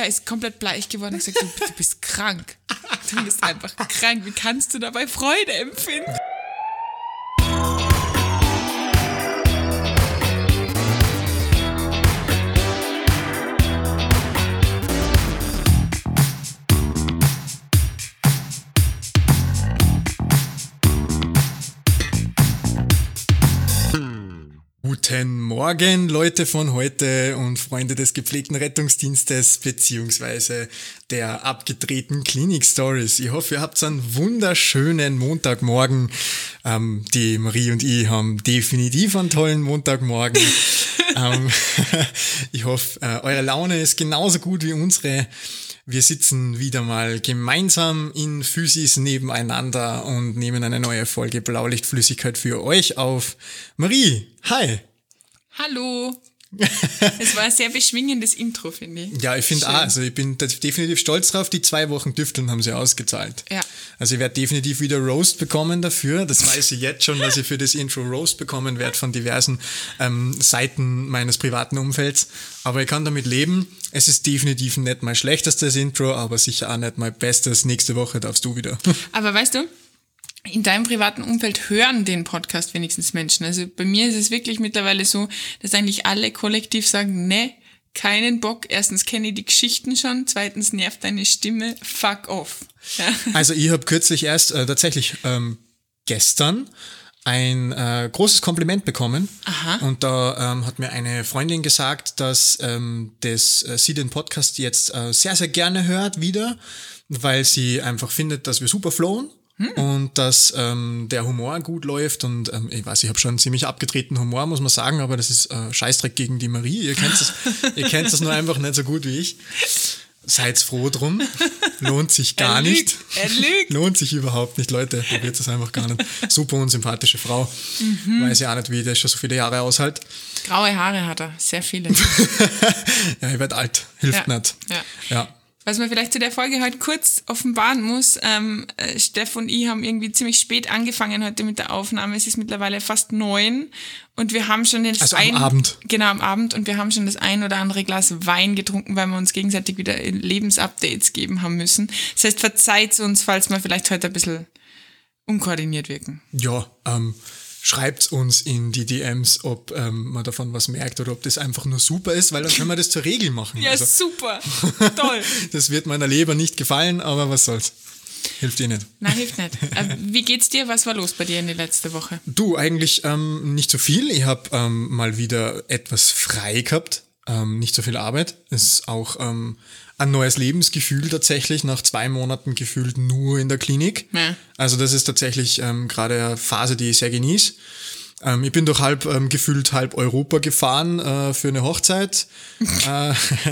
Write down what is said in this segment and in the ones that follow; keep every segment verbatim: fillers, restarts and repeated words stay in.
ist komplett bleich geworden und gesagt, du, du bist krank. Du bist einfach krank. Wie kannst du dabei Freude empfinden? Guten Morgen, Leute von heute und Freunde des gepflegten Rettungsdienstes beziehungsweise der abgedrehten Klinik Stories. Ich hoffe, ihr habt einen wunderschönen Montagmorgen. Ähm, die Marie und ich haben definitiv einen tollen Montagmorgen. ähm, ich hoffe, äh, eure Laune ist genauso gut wie unsere. Wir sitzen wieder mal gemeinsam in Physis nebeneinander und nehmen eine neue Folge Blaulichtflüssigkeit für euch auf. Marie, hi! Hallo! Es war ein sehr beschwingendes Intro, finde ich. Ja, ich finde auch, also ich bin definitiv stolz drauf, die zwei Wochen Düfteln haben sie ausgezahlt. Ja. Also ich werde definitiv wieder Roast bekommen dafür, das weiß ich jetzt schon, dass ich für das Intro Roast bekommen werde von diversen ähm, Seiten meines privaten Umfelds, aber ich kann damit leben. Es ist definitiv nicht mein schlechtestes Intro, aber sicher auch nicht mein bestes. Nächste Woche darfst du wieder. Aber weißt du, in deinem privaten Umfeld hören den Podcast wenigstens Menschen. Also bei mir ist es wirklich mittlerweile so, dass eigentlich alle kollektiv sagen, ne, keinen Bock. Erstens kenne ich die Geschichten schon, zweitens nervt deine Stimme, fuck off. Ja. Also ich habe kürzlich erst äh, tatsächlich ähm, gestern ein äh, großes Kompliment bekommen. Aha. Und da ähm, hat mir eine Freundin gesagt, dass ähm, das, äh, sie den Podcast jetzt äh, sehr, sehr gerne hört wieder, weil sie einfach findet, dass wir super flowen. Hm. Und dass ähm, der Humor gut läuft und ähm, ich weiß, ich habe schon einen ziemlich abgedrehten Humor, muss man sagen, aber das ist äh, Scheißdreck gegen die Marie. Ihr kennt das, ihr kennt das nur einfach nicht so gut wie ich. Seid froh drum. Lohnt sich gar er nicht. Lügt. Er lügt. Lohnt sich überhaupt nicht, Leute. Probiert es einfach gar nicht. Super unsympathische Frau. Mhm. Weiß ja auch nicht, wie das schon so viele Jahre aushält. Graue Haare hat er, sehr viele. Ja, ich werde alt. Hilft ja. nicht. Ja. Ja. Was man vielleicht zu der Folge heute kurz offenbaren muss, ähm, äh, Steff und ich haben irgendwie ziemlich spät angefangen heute mit der Aufnahme. Es ist mittlerweile fast neun und wir haben schon das also ein, am Abend. Genau, am Abend und wir haben schon das ein oder andere Glas Wein getrunken, weil wir uns gegenseitig wieder Lebensupdates geben haben müssen. Das heißt, verzeiht uns, falls wir vielleicht heute ein bisschen unkoordiniert wirken. Ja, ähm, schreibt uns in die D Ms, ob ähm, man davon was merkt oder ob das einfach nur super ist, weil dann können wir das zur Regel machen. Ja, also, super. Toll. Das wird meiner Leber nicht gefallen, aber was soll's. Hilft dir nicht. Nein, hilft nicht. Äh, wie geht's dir? Was war los bei dir in der letzten Woche? Du, eigentlich ähm, nicht so viel. Ich habe ähm, mal wieder etwas frei gehabt. Ähm, nicht so viel Arbeit. Ist auch ähm, ein neues Lebensgefühl tatsächlich, nach zwei Monaten gefühlt nur in der Klinik. Ja. Also das ist tatsächlich ähm, gerade eine Phase, die ich sehr genieße. Ähm, ich bin durch halb ähm, gefühlt halb Europa gefahren äh, für eine Hochzeit. äh,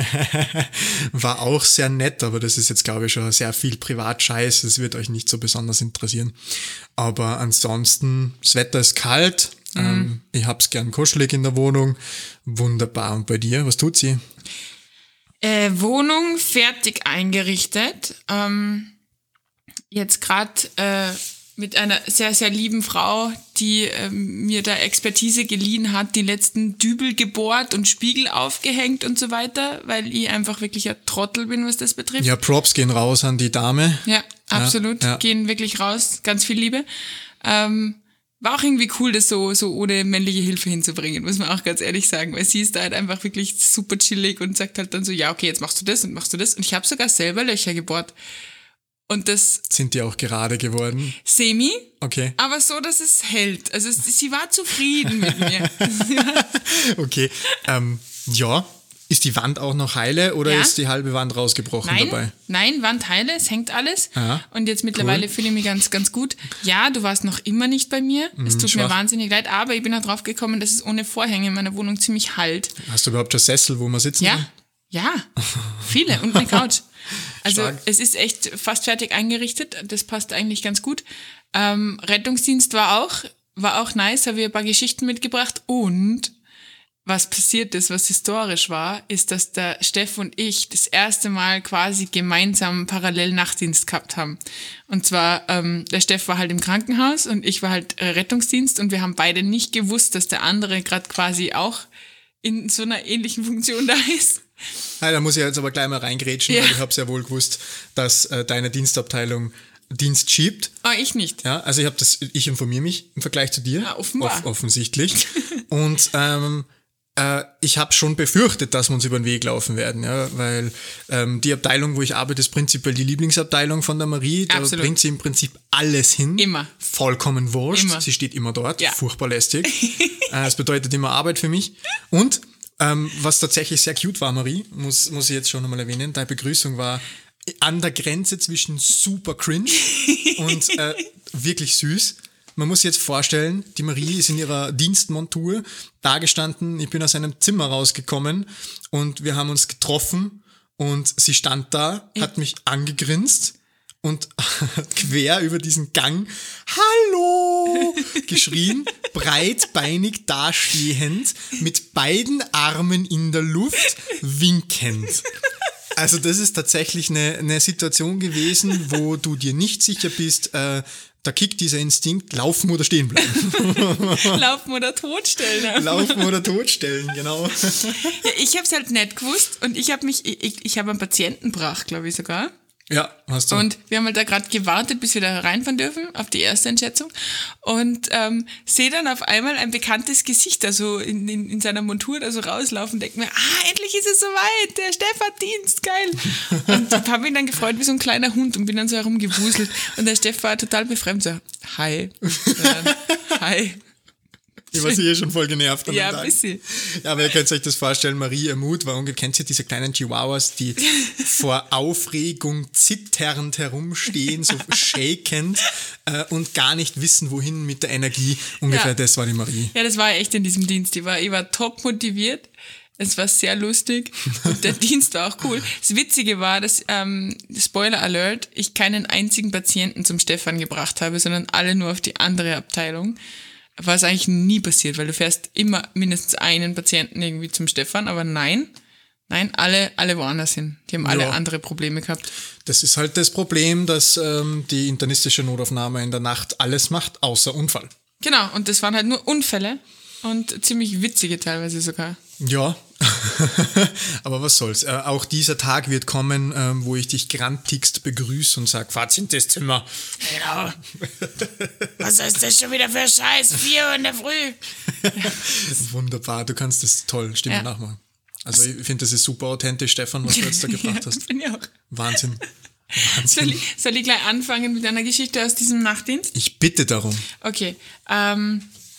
war auch sehr nett, aber das ist jetzt, glaube ich, schon sehr viel Privatscheiß. Das wird euch nicht so besonders interessieren. Aber ansonsten, das Wetter ist kalt. Mhm. Ähm, ich hab's gern kuschelig in der Wohnung. Wunderbar. Und bei dir, was tut sie? Äh, Wohnung fertig eingerichtet. Ähm, jetzt gerade äh, mit einer sehr, sehr lieben Frau, die ähm, mir da Expertise geliehen hat, die letzten Dübel gebohrt und Spiegel aufgehängt und so weiter, weil ich einfach wirklich ein Trottel bin, was das betrifft. Ja, Props gehen raus an die Dame. Ja, absolut. Ja, ja. Gehen wirklich raus. Ganz viel Liebe. Ähm, War auch irgendwie cool, das so, so ohne männliche Hilfe hinzubringen, muss man auch ganz ehrlich sagen, weil sie ist da halt einfach wirklich super chillig und sagt halt dann so, ja, okay, jetzt machst du das und machst du das. Und ich habe sogar selber Löcher gebohrt. Und das... Sind die auch gerade geworden? Semi. Okay. Aber so, dass es hält. Also es, sie war zufrieden mit mir. Okay. Ähm, ja. Ist die Wand auch noch heile oder Ja. ist die halbe Wand rausgebrochen Nein, dabei? nein, Wand heile, es hängt alles. Aha. Und jetzt mittlerweile Cool. fühle ich mich ganz, ganz gut. Ja, du warst noch immer nicht bei mir. Es tut mir schwach. wahnsinnig leid, aber ich bin halt drauf gekommen, dass es ohne Vorhänge in meiner Wohnung ziemlich halt. Hast du überhaupt schon Sessel, wo man sitzen Ja, kann? ja, viele und eine Couch. Also Stark. es ist echt fast fertig eingerichtet, das passt eigentlich ganz gut. Ähm, Rettungsdienst war auch, war auch nice, habe ich ein paar Geschichten mitgebracht und was passiert ist, was historisch war, ist, dass der Steff und ich das erste Mal quasi gemeinsam parallel Nachtdienst gehabt haben. Und zwar, ähm, der Steff war halt im Krankenhaus und ich war halt äh, Rettungsdienst und wir haben beide nicht gewusst, dass der andere gerade quasi auch in so einer ähnlichen Funktion da ist. Ja, da muss ich jetzt aber gleich mal reingrätschen, Ja. weil ich habe sehr wohl gewusst, dass äh, deine Dienstabteilung Dienst schiebt. Ah, ich nicht. Ja, also ich habe das, ich informiere mich im Vergleich zu dir. Ah, offenbar. Off- offensichtlich. Und ähm, äh, ich habe schon befürchtet, dass wir uns über den Weg laufen werden, ja, weil ähm, die Abteilung, wo ich arbeite, ist prinzipiell die Lieblingsabteilung von der Marie. Da Absolut. bringt sie im Prinzip alles hin. Immer. Vollkommen wurscht. Immer. Sie steht immer dort. Ja. Furchtbar lästig. äh, das bedeutet immer Arbeit für mich. Und ähm, was tatsächlich sehr cute war, Marie, muss, muss ich jetzt schon einmal erwähnen, deine Begrüßung war an der Grenze zwischen super cringe und äh, wirklich süß. Man muss sich jetzt vorstellen, die Marie ist in ihrer Dienstmontur dagestanden, ich bin aus einem Zimmer rausgekommen und wir haben uns getroffen und sie stand da, hat mich angegrinst und hat quer über diesen Gang Hallo geschrien, breitbeinig dastehend, mit beiden Armen in der Luft, winkend. Also das ist tatsächlich eine, eine Situation gewesen, wo du dir nicht sicher bist, äh, da kickt dieser Instinkt, laufen oder stehen bleiben. Laufen oder totstellen. Laufen oder totstellen, genau. Ja, ich habe es halt nicht gewusst und ich habe mich, ich, ich habe einen Patienten gebracht, glaube ich sogar. Ja, hast du. Und wir haben halt da gerade gewartet, bis wir da reinfahren dürfen, auf die erste Einschätzung. Und ähm, sehe dann auf einmal ein bekanntes Gesicht, also in, in, in seiner Montur da so rauslaufen, denke mir, ah, endlich ist es soweit, der Steff hat Dienst, geil. Und habe mich dann gefreut wie so ein kleiner Hund und bin dann so herumgewuselt. Und der Steff war total befremd, so, hi. Ja, hi. Ich war sicher schon voll genervt an Ja, dem ein Tag. bisschen. Ja, aber ihr könnt euch das vorstellen, Marie, ihr Mut war ungefähr, kennt ihr diese kleinen Chihuahuas, die vor Aufregung zitternd herumstehen, so shakend äh, und gar nicht wissen, wohin mit der Energie. Ungefähr Ja. das war die Marie. Ja, das war echt in diesem Dienst. Ich war, ich war top motiviert. Es war sehr lustig und der Dienst war auch cool. Das Witzige war, dass, ähm, Spoiler Alert, ich keinen einzigen Patienten zum Stefan gebracht habe, sondern alle nur auf die andere Abteilung. Was eigentlich nie passiert, weil du fährst immer mindestens einen Patienten irgendwie zum Stefan, aber nein, nein, alle, alle woanders hin. Die haben alle Ja. andere Probleme gehabt. Das ist halt das Problem, dass ähm, die internistische Notaufnahme in der Nacht alles macht, außer Unfall. Genau, und das waren halt nur Unfälle und ziemlich witzige teilweise sogar. Ja, aber was soll's. Äh, auch dieser Tag wird kommen, ähm, wo ich dich grantigst begrüße und sag, fahrt in das Zimmer. Genau. Was ist das schon wieder für Scheiß? Vier Uhr in der Früh. Wunderbar, du kannst das toll Stimme Ja. nachmachen. Also ich finde, das ist super authentisch, Stefan, was du jetzt da gebracht hast. Bin ich auch. Wahnsinn. Soll Wahnsinn. ich, soll ich gleich anfangen mit einer Geschichte aus diesem Nachtdienst? Ich bitte darum. Okay. Ähm,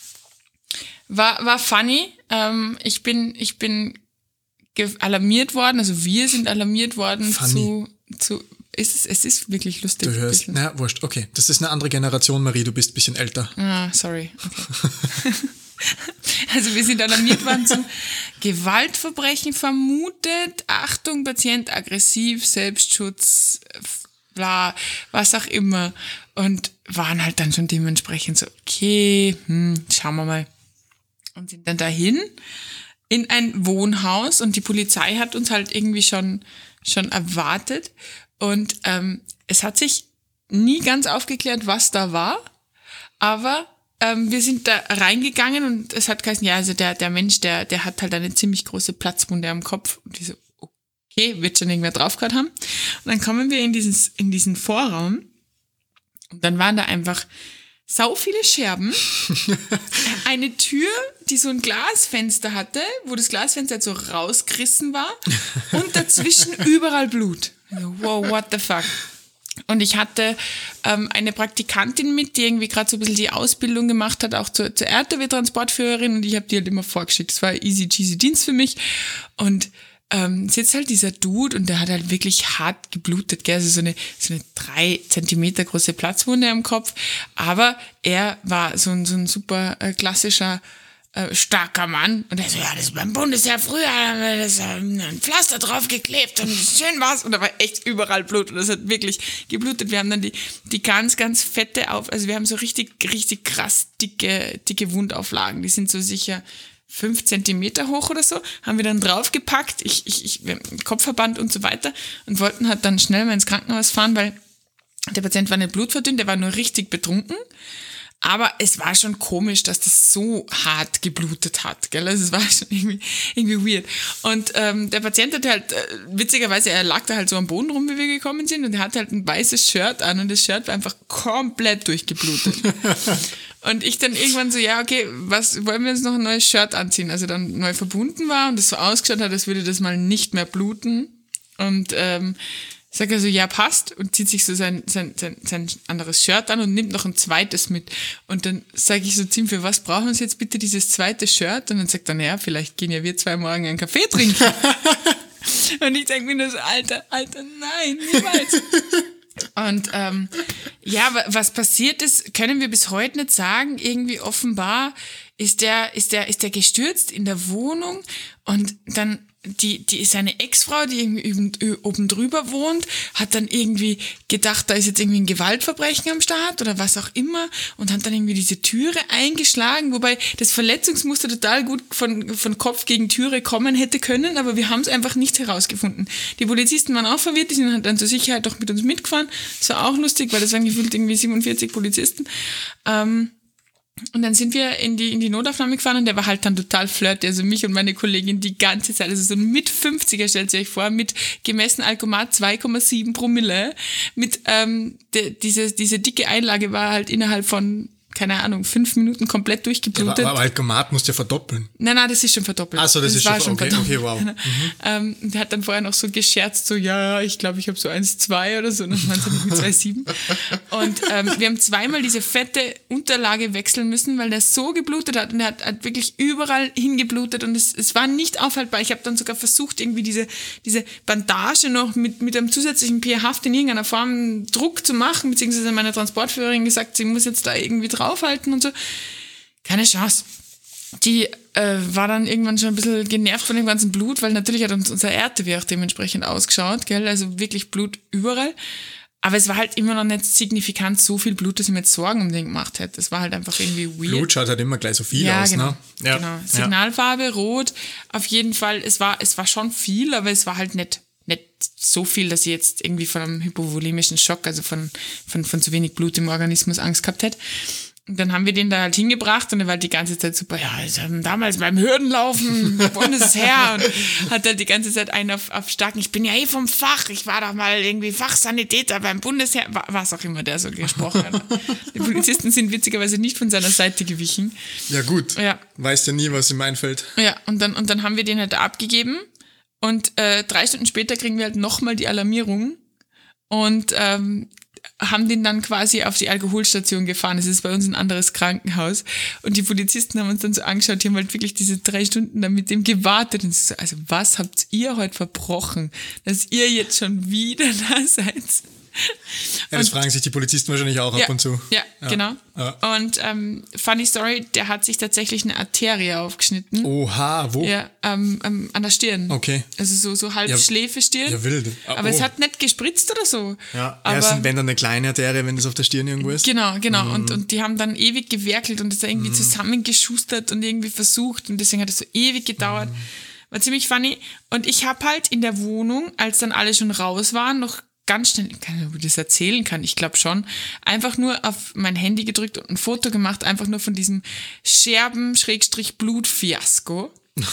war, war funny. Ähm, ich bin, ich bin ge- alarmiert worden, also wir sind alarmiert worden Funny. zu, zu ist es, es ist wirklich lustig. Du ein hörst, bisschen. na, wurscht, okay. Das ist eine andere Generation, Marie, du bist ein bisschen älter. Ah, sorry. Okay. Also wir sind alarmiert worden zu Gewaltverbrechen vermutet, Achtung, Patient aggressiv, Selbstschutz, bla, was auch immer. Und waren halt dann schon dementsprechend so, okay, hm, schauen wir mal. Und sind dann dahin in ein Wohnhaus und die Polizei hat uns halt irgendwie schon, schon erwartet. Und ähm, es hat sich nie ganz aufgeklärt, was da war, aber ähm, wir sind da reingegangen und es hat geheißen, ja, also der, der Mensch, der, der hat halt eine ziemlich große Platzwunde am Kopf. Und wir so, okay, wird schon irgendwer drauf gehabt haben. Und dann kommen wir in, dieses, in diesen Vorraum und dann waren da einfach sau viele Scherben, eine Tür, die so ein Glasfenster hatte, wo das Glasfenster halt so rausgerissen war und dazwischen überall Blut. Wow, what the fuck? Und ich hatte ähm, eine Praktikantin mit, die irgendwie gerade so ein bisschen die Ausbildung gemacht hat, auch zur, zur R T W-Transportführerin und ich habe die halt immer vorgeschickt. Das war ein easy cheesy Dienst für mich und ähm, sitzt halt dieser Dude und der hat halt wirklich hart geblutet, gell? Also so eine, so eine drei Zentimeter große Platzwunde am Kopf, aber er war so ein, so ein super äh, klassischer äh, starker Mann und er so, ja, das ist beim Bundesheer früher, haben wir das, ähm, ein Pflaster draufgeklebt und schön war's und da war echt überall Blut und das hat wirklich geblutet. Wir haben dann die, die ganz, ganz fette auf, also wir haben so richtig, richtig krass dicke, dicke Wundauflagen, die sind so sicher fünf Zentimeter hoch oder so, haben wir dann draufgepackt, ich, ich, ich, wir haben Kopfverband und so weiter und wollten halt dann schnell mal ins Krankenhaus fahren, weil der Patient war nicht blutverdünnt, der war nur richtig betrunken. Aber es war schon komisch, dass das so hart geblutet hat, gell? Also es war schon irgendwie, irgendwie weird. Und ähm, der Patient hat halt, äh, witzigerweise, er lag da halt so am Boden rum, wie wir gekommen sind, und er hatte halt ein weißes Shirt an und das Shirt war einfach komplett durchgeblutet. Und ich dann irgendwann so, ja, okay, was wollen wir uns noch ein neues Shirt anziehen? Also dann neu verbunden war und es so ausgeschaut hat, als würde das mal nicht mehr bluten. Und ähm, sagt er so, ja, passt, und zieht sich so sein, sein, sein, sein anderes Shirt an und nimmt noch ein zweites mit. Und dann sage ich so, Tim, für was brauchen wir uns jetzt bitte dieses zweite Shirt? Und dann sagt er, naja, vielleicht gehen ja wir zwei morgen einen Kaffee trinken. Und ich denke mir nur so, Alter, Alter, nein, niemals. Und ähm, ja, was passiert ist, können wir bis heute nicht sagen. Irgendwie offenbar ist der, ist der, ist der gestürzt in der Wohnung, und dann die, die seine Ex-Frau, die irgendwie oben drüber wohnt, hat dann irgendwie gedacht, da ist jetzt irgendwie ein Gewaltverbrechen am Start oder was auch immer, und hat dann irgendwie diese Türe eingeschlagen, wobei das Verletzungsmuster total gut von, von Kopf gegen Türe kommen hätte können, aber wir haben es einfach nicht herausgefunden. Die Polizisten waren auch verwirrt, die sind halt dann zur Sicherheit doch mit uns mitgefahren. Das war auch lustig, weil das waren gefühlt irgendwie siebenundvierzig Polizisten. Ähm, Und dann sind wir in die, in die Notaufnahme gefahren, und der war halt dann total flirty, also mich und meine Kollegin die ganze Zeit, also so ein mit fünfziger, stellt ihr euch vor, mit gemessen Alkomat zwei Komma sieben Promille, mit, ähm, de, diese, diese dicke Einlage war halt innerhalb von, keine Ahnung, fünf Minuten komplett durchgeblutet. Ja, aber Alkomat musst du ja verdoppeln. Nein, nein, das ist schon verdoppelt. Ach so, das, das ist war schon, schon okay, verdoppelt. okay, wow. Mhm. Ähm, der hat dann vorher noch so gescherzt, so, ja, ich glaube, ich habe so eins Komma zwei oder so, und dann waren es mit zwei Komma sieben. Und ähm, wir haben zweimal diese fette Unterlage wechseln müssen, weil der so geblutet hat, und er hat, hat wirklich überall hingeblutet, und es, es war nicht aufhaltbar. Ich habe dann sogar versucht, irgendwie diese, diese Bandage noch mit, mit einem zusätzlichen P-Haft in irgendeiner Form Druck zu machen, beziehungsweise meiner Transportführerin gesagt, sie muss jetzt da irgendwie draufhalten und so. Keine Chance. Die äh, war dann irgendwann schon ein bisschen genervt von dem ganzen Blut, weil natürlich hat uns unser R T W auch dementsprechend ausgeschaut, gell? Also wirklich Blut überall. Aber es war halt immer noch nicht signifikant so viel Blut, dass ich mir jetzt Sorgen um den gemacht hätte. Es war halt einfach irgendwie weird. Blut schaut halt immer gleich so viel ja, aus, genau, ne? Ja, genau. Signalfarbe, rot, auf jeden Fall. Es war, es war schon viel, aber es war halt nicht, nicht so viel, dass ich jetzt irgendwie von einem hypovolemischen Schock, also von, von, von zu wenig Blut im Organismus Angst gehabt hätte. Und dann haben wir den da halt hingebracht, und er war die ganze Zeit super, ja, ich habe damals beim Hürdenlaufen Bundesheer, und hat halt die ganze Zeit einen auf, auf starken, ich bin ja eh vom Fach, ich war doch mal irgendwie Fachsanitäter beim Bundesheer, was auch immer der so gesprochen hat. Die Polizisten sind witzigerweise nicht von seiner Seite gewichen. Ja gut, ja. Weißt ja nie, was ihm einfällt. Ja, und dann, und dann haben wir den halt da abgegeben, und äh, drei Stunden später kriegen wir halt nochmal die Alarmierung, und ähm, haben den dann quasi auf die Alkoholstation gefahren. Es ist bei uns ein anderes Krankenhaus. Und die Polizisten haben uns dann so angeschaut, die haben halt wirklich diese drei Stunden da mit dem gewartet. Und so, also was habt ihr heute verbrochen, dass ihr jetzt schon wieder da seid? Ja, das und, fragen sich die Polizisten wahrscheinlich auch ja, ab und zu. Ja, ja. genau. Ja. Und ähm, funny Story, der hat sich tatsächlich eine Arterie aufgeschnitten. Oha, wo? Ja, ähm, ähm, an der Stirn. Okay. Also so, so halb Ja, Schläfestirn. Ja, wild. Ah, Aber oh. es hat nicht gespritzt oder so. Ja, aber erst wenn dann eine kleine Arterie, wenn das auf der Stirn irgendwo ist. Genau, genau. Mhm. Und, und die haben dann ewig gewerkelt und das irgendwie mhm. zusammengeschustert und irgendwie versucht, und deswegen hat es so ewig gedauert. Mhm. War ziemlich funny. Und ich habe halt in der Wohnung, als dann alle schon raus waren, noch ganz schnell, ich kann nicht, ob ich das erzählen kann, ich glaube schon, einfach nur auf mein Handy gedrückt und ein Foto gemacht, einfach nur von diesem Scherben-Blut-Fiasko.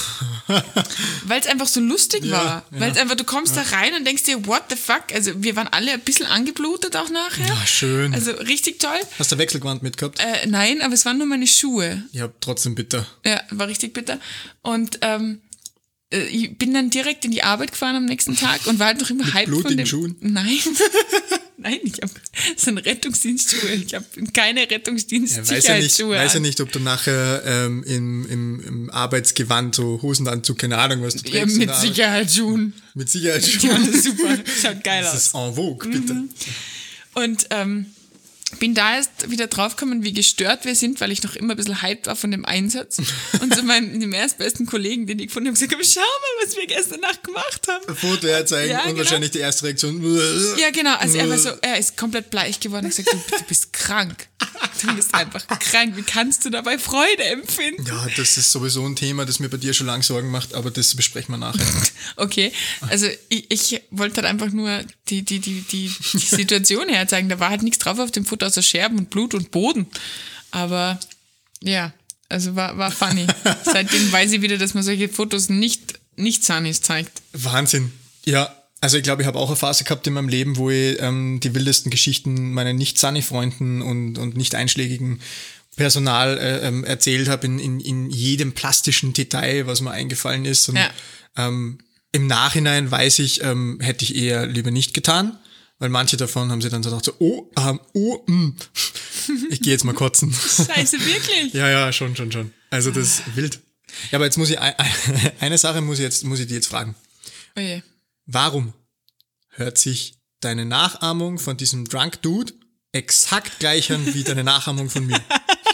Weil es einfach so lustig ja, war. Ja, Weil es einfach, du kommst ja. da rein und denkst dir, what the fuck? Also wir waren alle ein bisschen angeblutet auch nachher. Ja, schön. Also richtig toll. Hast du Wechselgewand mitgehabt? Äh, nein, aber es waren nur meine Schuhe. Ja, trotzdem bitter. Ja, war richtig bitter. Und ähm, ich bin dann direkt in die Arbeit gefahren am nächsten Tag und war halt noch immer Mit hyped blutigen von dem. Schuhen? Nein. Nein, ich habe das sind Rettungsdienstschuhe. Ich habe keine Rettungsdienst-Sicherheitsschuhe. Ja, weiß ja nicht, ob du nachher ähm, im, im, im Arbeitsgewand, so Hosenanzug, keine Ahnung, was du trägst. Ja, mit Sicherheitsschuhen. Mit Sicherheitsschuhen. Ja, super. Schaut geil aus. Das ist en vogue, bitte. Mhm. Und ähm, bin da erst wieder draufgekommen, wie gestört wir sind, weil ich noch immer ein bisschen hyped war von dem Einsatz. Und zu meinem dem erstbesten Kollegen, den ich gefunden habe, gesagt habe, schau mal, was wir gestern Nacht gemacht haben. Ein Foto herzeigen ja, und genau. wahrscheinlich die erste Reaktion. Ja, genau. Also er war so, er ist komplett bleich geworden und gesagt, du, du bist krank. Du bist einfach krank. Wie kannst du dabei Freude empfinden? Ja, das ist sowieso ein Thema, das mir bei dir schon lange Sorgen macht, aber das besprechen wir nachher. Okay, also ich, ich wollte halt einfach nur die, die, die, die, die Situation herzeigen. Da war halt nichts drauf auf dem Foto außer Scherben und Blut und Boden. Aber ja, also war, war funny. Seitdem weiß ich wieder, dass man solche Fotos nicht, nicht Sunnies zeigt. Wahnsinn. Ja, also ich glaube, ich habe auch eine Phase gehabt in meinem Leben, wo ich ähm, die wildesten Geschichten meinen Nicht-Sunny-Freunden und, und nicht einschlägigen Personal äh, ähm, erzählt habe, in, in, in jedem plastischen Detail, was mir eingefallen ist. Und Ja. ähm, im Nachhinein weiß ich, ähm, hätte ich eher lieber nicht getan, weil manche davon haben sie dann so gedacht, so, oh, ähm, oh, mh. Ich gehe jetzt mal kotzen. Scheiße, wirklich? Ja, ja, schon, schon, schon. Also das ist wild. Ja, aber jetzt muss ich, eine Sache muss ich jetzt, muss ich dir jetzt fragen. Oh je. Warum hört sich deine Nachahmung von diesem Drunk Dude exakt gleich an wie deine Nachahmung von mir?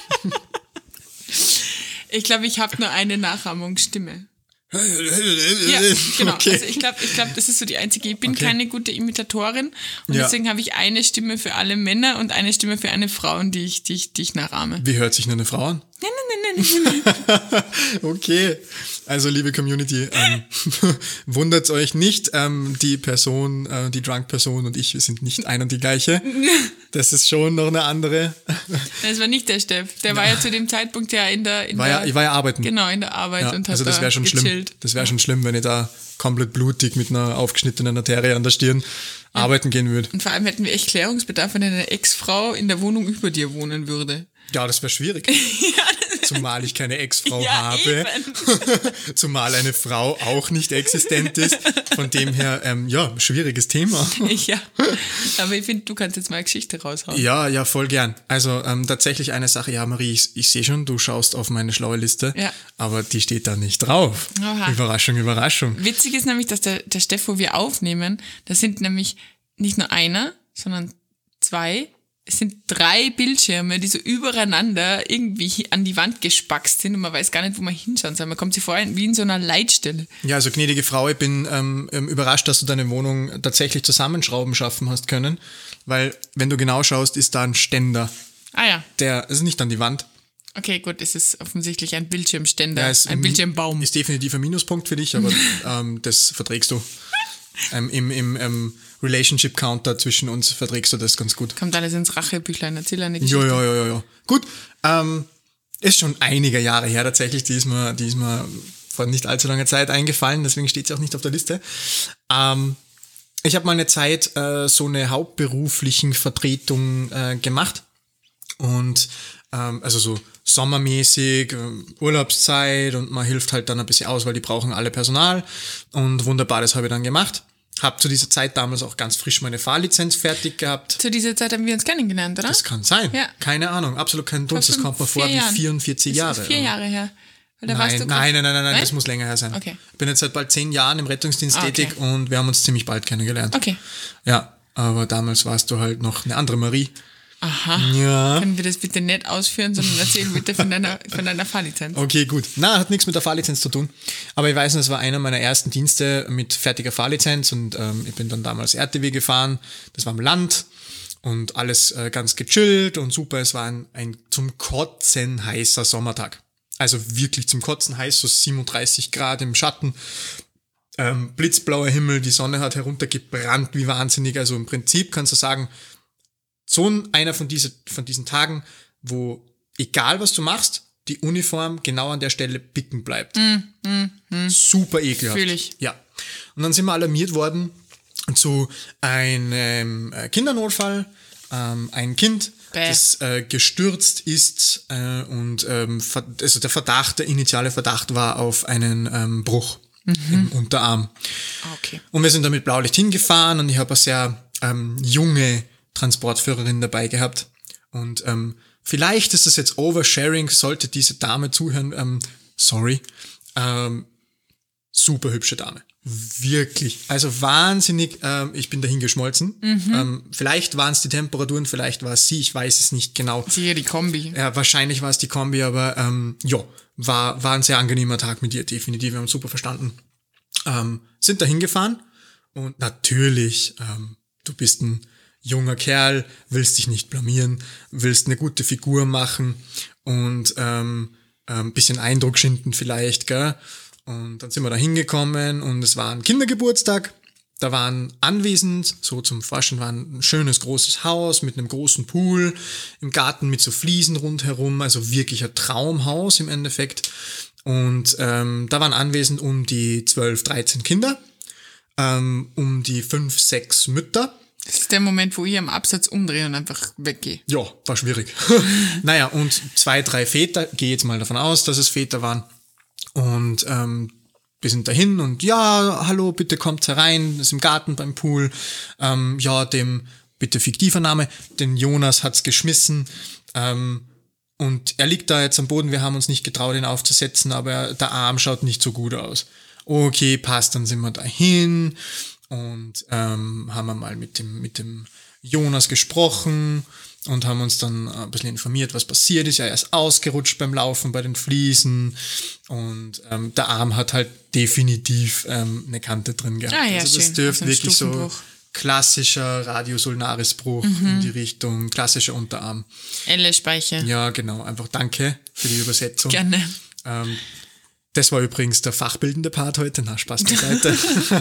Ich glaube, ich habe nur eine Nachahmungsstimme. Ja, genau. Okay. Also ich glaube, ich glaub, das ist so die einzige. Ich bin Okay. keine gute Imitatorin und Ja. deswegen habe ich eine Stimme für alle Männer und eine Stimme für eine Frau, die ich, die ich, die ich nachahme. Wie hört sich nur eine Frau an? Nein, nein, nein, nein, nein, nein. Okay, also liebe Community, ähm, wundert euch nicht, ähm, die Person, äh, die Drunk-Person und ich, wir sind nicht ein und die gleiche. Das ist schon noch eine andere. Das war nicht der Steff. Der war ja zu dem Zeitpunkt ja in der... In War ja, der ich war ja arbeiten. Genau, in der Arbeit Ja, und hat also das da wäre schon schlimm. gechillt. Das wäre schon schlimm, wenn ich da komplett blutig mit einer aufgeschnittenen Arterie an der Stirn arbeiten gehen würde. Und vor allem hätten wir echt Klärungsbedarf, wenn eine Ex-Frau in der Wohnung über dir wohnen würde. Ja, das wäre schwierig. Zumal ich keine Ex-Frau Ja, habe. Zumal eine Frau auch nicht existent ist. Von dem her, ähm, ja, schwieriges Thema. Ja, aber ich finde, du kannst jetzt mal eine Geschichte raushauen. Ja, ja, voll gern. Also ähm, tatsächlich eine Sache, ja Marie, ich, ich sehe schon, du schaust auf meine schlaue Liste, Ja. aber die steht da nicht drauf. Oha. Überraschung, Überraschung. Witzig ist nämlich, dass der, der Steff, wo wir aufnehmen, das sind nämlich nicht nur einer, sondern zwei. Es sind drei Bildschirme, die so übereinander irgendwie an die Wand gespackst sind und man weiß gar nicht, wo man hinschauen soll. Man kommt sich vor wie in so einer Leitstelle. Ja, also gnädige Frau, ich bin ähm, ähm, überrascht, dass du deine Wohnung tatsächlich zusammenschrauben schaffen hast können, weil wenn du genau schaust, ist da ein Ständer. Ah ja, Der ist nicht an die Wand. okay, gut, es ist offensichtlich ein Bildschirmständer, Der ist ein Bildschirmbaum. Ist definitiv ein Minuspunkt für dich, aber ähm, das verträgst du. Ähm, Im im ähm, Relationship-Counter zwischen uns verträgst du das ganz gut. Kommt alles ins Rachebüchlein, erzähl eine Geschichte. Ja, ja, ja, ja, ja. Gut, ähm, ist schon einige Jahre her tatsächlich, die ist mir, die ist mir vor nicht allzu langer Zeit eingefallen, deswegen steht sie auch nicht auf der Liste. Ähm, ich habe mal eine Zeit äh, so eine hauptberuflichen Vertretung äh, gemacht und ähm, also so sommermäßig, ähm, Urlaubszeit und man hilft halt dann ein bisschen aus, weil die brauchen alle Personal und wunderbar, das habe ich dann gemacht. Hab zu dieser Zeit damals auch ganz frisch meine Fahrlizenz fertig gehabt. Zu dieser Zeit haben wir uns kennengelernt, oder? Das kann sein. Ja. Keine Ahnung, absolut kein Dunst. Das Vor kommt mir vier vor wie Jahren. vierundvierzig Das Jahre. ist vier Jahre her. Weil da Nein, warst du nein, nein, nein, nein, nein, Nein? das muss länger her sein. Okay. Ich bin jetzt seit bald zehn Jahren im Rettungsdienst Ah, okay. tätig und wir haben uns ziemlich bald kennengelernt. Okay. Ja, aber damals warst du halt noch eine andere Marie. Aha. Ja. Können wir das bitte nicht ausführen, sondern erzähl bitte von deiner, von deiner Fahrlizenz. Okay, gut. Na, hat nichts mit der Fahrlizenz zu tun. Aber ich weiß noch, es war einer meiner ersten Dienste mit fertiger Fahrlizenz und ähm, ich bin dann damals R T W gefahren. Das war am Land und alles äh, ganz gechillt und super. Es war ein, ein zum Kotzen heißer Sommertag. Also wirklich zum Kotzen heiß, so siebenunddreißig Grad im Schatten. Ähm, blitzblauer Himmel, die Sonne hat heruntergebrannt wie wahnsinnig. Also im Prinzip kannst du sagen, so ein- einer von, diese, von diesen Tagen, wo egal was du machst, die Uniform genau an der Stelle picken bleibt. Mm, mm, mm. Super ekelhaft. Fühl ich. Ja. Und dann sind wir alarmiert worden zu einem äh, Kindernotfall. Ähm, ein Kind, Bäh. das äh, gestürzt ist äh, und ähm, ver- also der Verdacht, der initiale Verdacht war auf einen ähm, Bruch im Unterarm. Ah, okay. Und wir sind da mit Blaulicht hingefahren und ich habe eine sehr ähm, junge Transportführerin dabei gehabt. Und ähm, vielleicht ist das jetzt Oversharing, sollte diese Dame zuhören. Ähm, sorry. Ähm, super hübsche Dame. Wirklich. Also wahnsinnig, ähm, ich bin dahin geschmolzen. Mhm. Ähm, vielleicht waren es die Temperaturen, vielleicht war es sie, ich weiß es nicht genau. Sicher die Kombi. Ja, wahrscheinlich war es die Kombi, aber ähm, ja, war, war ein sehr angenehmer Tag mit ihr, definitiv. Wir haben uns super verstanden. Ähm, sind da hingefahren und natürlich, ähm, du bist ein junger Kerl, willst dich nicht blamieren, willst eine gute Figur machen und ähm, ein bisschen Eindruck schinden vielleicht, gell? Und dann sind wir da hingekommen und es war ein Kindergeburtstag da waren anwesend, so zum Vorstellen, war ein schönes großes Haus mit einem großen Pool, im Garten mit so Fliesen rundherum, also wirklich ein Traumhaus im Endeffekt. Und ähm, da waren anwesend um die zwölf, dreizehn Kinder, ähm, um die fünf, sechs Mütter. Das ist der Moment, wo ich am Absatz umdrehe und einfach weggehe. Ja, war schwierig. Naja, und zwei, drei Väter, gehe jetzt mal davon aus, dass es Väter waren. Und ähm, wir sind dahin und ja, hallo, bitte kommt herein, ist im Garten beim Pool. Ähm, ja, dem, bitte fiktiver Name, den Jonas hat's geschmissen. Ähm, und er liegt da jetzt am Boden, wir haben uns nicht getraut, ihn aufzusetzen, aber er, der Arm schaut nicht so gut aus. Okay, passt, dann sind wir dahin und ähm, haben wir mal mit dem, mit dem Jonas gesprochen und haben uns dann ein bisschen informiert, was passiert ist. Er ist ausgerutscht beim Laufen bei den Fliesen und ähm, der Arm hat halt definitiv ähm, eine Kante drin gehabt. Ah, ja, also das schön. dürfte Also ein wirklich so Stufenbruch. klassischer Radius ulnaris Bruch in die Richtung, klassischer Unterarm. Elle-Speiche. Ja, genau. Einfach danke für die Übersetzung. Gerne. Ähm, das war übrigens der fachbildende Part heute. Na, Spaß beiseite.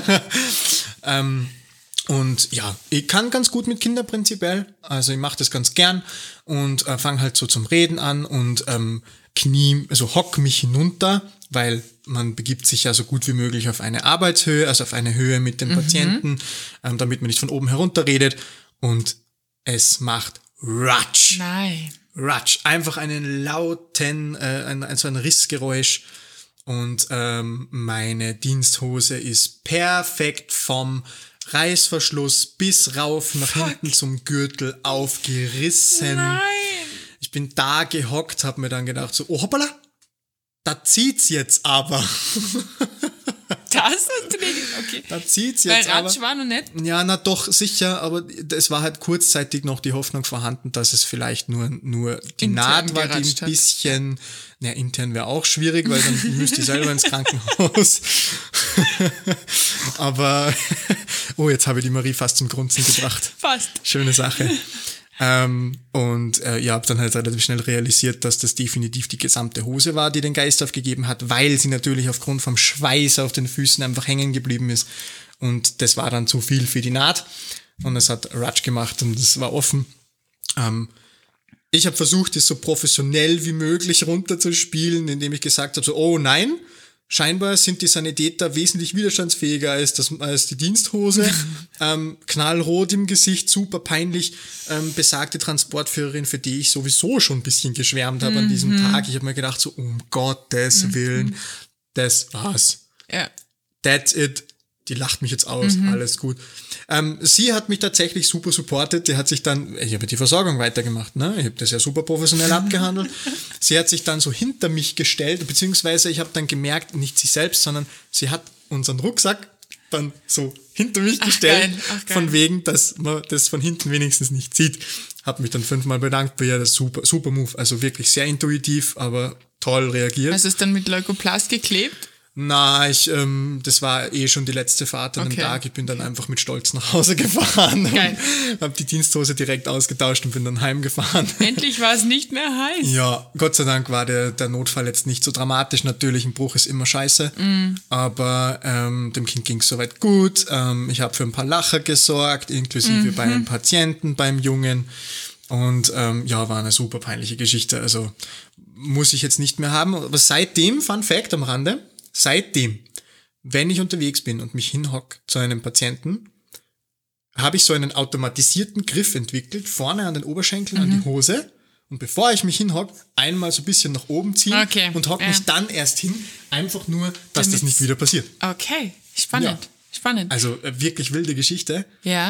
ähm, Und ja, ich kann ganz gut mit Kindern prinzipiell, also ich mache das ganz gern und äh, fange halt so zum Reden an und ähm, knie, also hock mich hinunter, weil man begibt sich ja so gut wie möglich auf eine Arbeitshöhe, also auf eine Höhe mit dem mhm. Patienten, ähm, damit man nicht von oben herunter redet und es macht Ratsch. Nein. Ratsch, einfach einen lauten, äh, ein, ein, so ein Rissgeräusch. Und ähm, meine Diensthose ist perfekt vom Reißverschluss bis rauf nach Fuck. hinten zum Gürtel aufgerissen. Nein. Ich bin da gehockt, hab mir dann gedacht so, oh hoppala, da zieht's jetzt aber. Das hast du nicht, okay. Da zieht's Weil jetzt aber. Ratsch war noch nicht. Ja, na doch, sicher, aber es war halt kurzzeitig noch die Hoffnung vorhanden, dass es vielleicht nur, nur die Intern Naht war, die ein geratscht hat. bisschen, na, intern wäre auch schwierig, weil dann müsste ich selber ins Krankenhaus. Aber, oh, jetzt habe ich die Marie fast zum Grunzen gebracht. Fast. Schöne Sache. ähm, und äh, ja, habe dann halt relativ schnell realisiert, dass das definitiv die gesamte Hose war, die den Geist aufgegeben hat, weil sie natürlich aufgrund vom Schweiß auf den Füßen einfach hängen geblieben ist. Und das war dann zu viel für die Naht. Und es hat Ratsch gemacht und es war offen. Ähm, ich habe versucht, es so professionell wie möglich runterzuspielen, indem ich gesagt habe, so, oh nein, scheinbar sind die Sanitäter wesentlich widerstandsfähiger als, das, als die Diensthose. ähm, knallrot im Gesicht, super peinlich. Ähm, besagte Transportführerin, für die ich sowieso schon ein bisschen geschwärmt habe mhm. an diesem Tag. Ich habe mir gedacht, so um Gottes mhm. Willen, das war's. Ja. That's it. Die lacht mich jetzt aus, mhm. alles gut. Ähm, sie hat mich tatsächlich super supportet. Die hat sich dann, ich habe die Versorgung weitergemacht, ne? Ich habe das ja super professionell abgehandelt. Sie hat sich dann so hinter mich gestellt, beziehungsweise ich habe dann gemerkt, nicht sie selbst, sondern sie hat unseren Rucksack dann so hinter mich Ach, gestellt, geil. Ach, geil. von wegen, dass man das von hinten wenigstens nicht sieht. Hab mich dann fünfmal bedankt bei ihr, das ist super, super Move. Also wirklich sehr intuitiv, aber toll reagiert. Hast du es dann mit Leukoplast geklebt? Na, ich, ähm, das war eh schon die letzte Fahrt an Okay. dem Tag. Ich bin dann einfach mit Stolz nach Hause gefahren. Geil. Hab die Diensthose direkt ausgetauscht und bin dann heimgefahren. Endlich war es nicht mehr heiß. Ja, Gott sei Dank war der, der Notfall jetzt nicht so dramatisch. Natürlich, ein Bruch ist immer scheiße. Mm. Aber ähm, dem Kind ging es soweit gut. Ähm, ich habe für ein paar Lacher gesorgt, inklusive mhm. bei einem Patienten, beim Jungen. Und ähm, ja, war eine super peinliche Geschichte. Also muss ich jetzt nicht mehr haben. Aber seitdem, Fun Fact am Rande, seitdem, wenn ich unterwegs bin und mich hinhock zu einem Patienten, habe ich so einen automatisierten Griff entwickelt, vorne an den Oberschenkeln, mhm. an die Hose. Und bevor ich mich hinhock, einmal so ein bisschen nach oben ziehen Okay, und hock ja. mich dann erst hin, einfach nur, dass Damit's- das nicht wieder passiert. Okay, spannend. Ja. Spannend. Also äh, wirklich wilde Geschichte. Ja.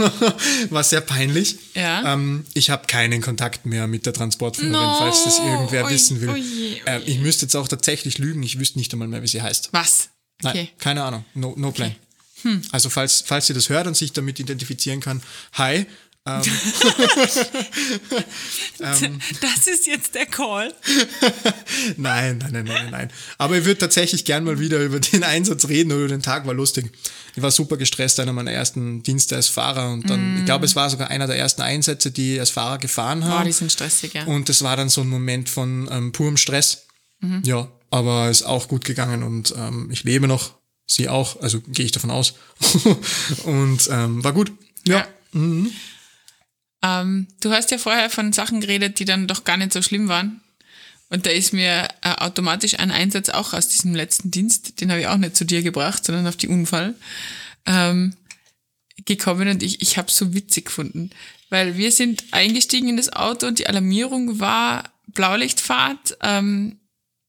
War sehr peinlich. Ja. Ähm, ich habe keinen Kontakt mehr mit der Transportführerin, No. falls das irgendwer Ui, wissen will. ui, ui. Ähm, ich müsste jetzt auch tatsächlich lügen, ich wüsste nicht einmal mehr, wie sie heißt. Was? Nein, Okay. keine Ahnung. No, no plan. Hm. Also falls, falls ihr das hört und sich damit identifizieren kann, hi. Ähm, ähm, Das ist jetzt der Call. nein, nein, nein, nein, nein. Aber ich würde tatsächlich gern mal wieder über den Einsatz reden oder über den Tag, war lustig. Ich war super gestresst, einer meiner ersten Dienste als Fahrer und dann, mm. ich glaube, es war sogar einer der ersten Einsätze, die ich als Fahrer gefahren Oh, habe. die sind stressig, ja. Und das war dann so ein Moment von ähm, purem Stress. Mhm. Ja, aber ist auch gut gegangen und ähm, ich lebe noch. Sie auch, also gehe ich davon aus. Und ähm, war gut. Ja. Ja. Mhm. Ähm, du hast ja vorher von Sachen geredet, die dann doch gar nicht so schlimm waren. Und da ist mir äh, automatisch ein Einsatz auch aus diesem letzten Dienst, den habe ich auch nicht zu dir gebracht, sondern auf die Unfall, ähm, gekommen. Und ich, ich habe es so witzig gefunden. Weil wir sind eingestiegen in das Auto und die Alarmierung war Blaulichtfahrt, ähm,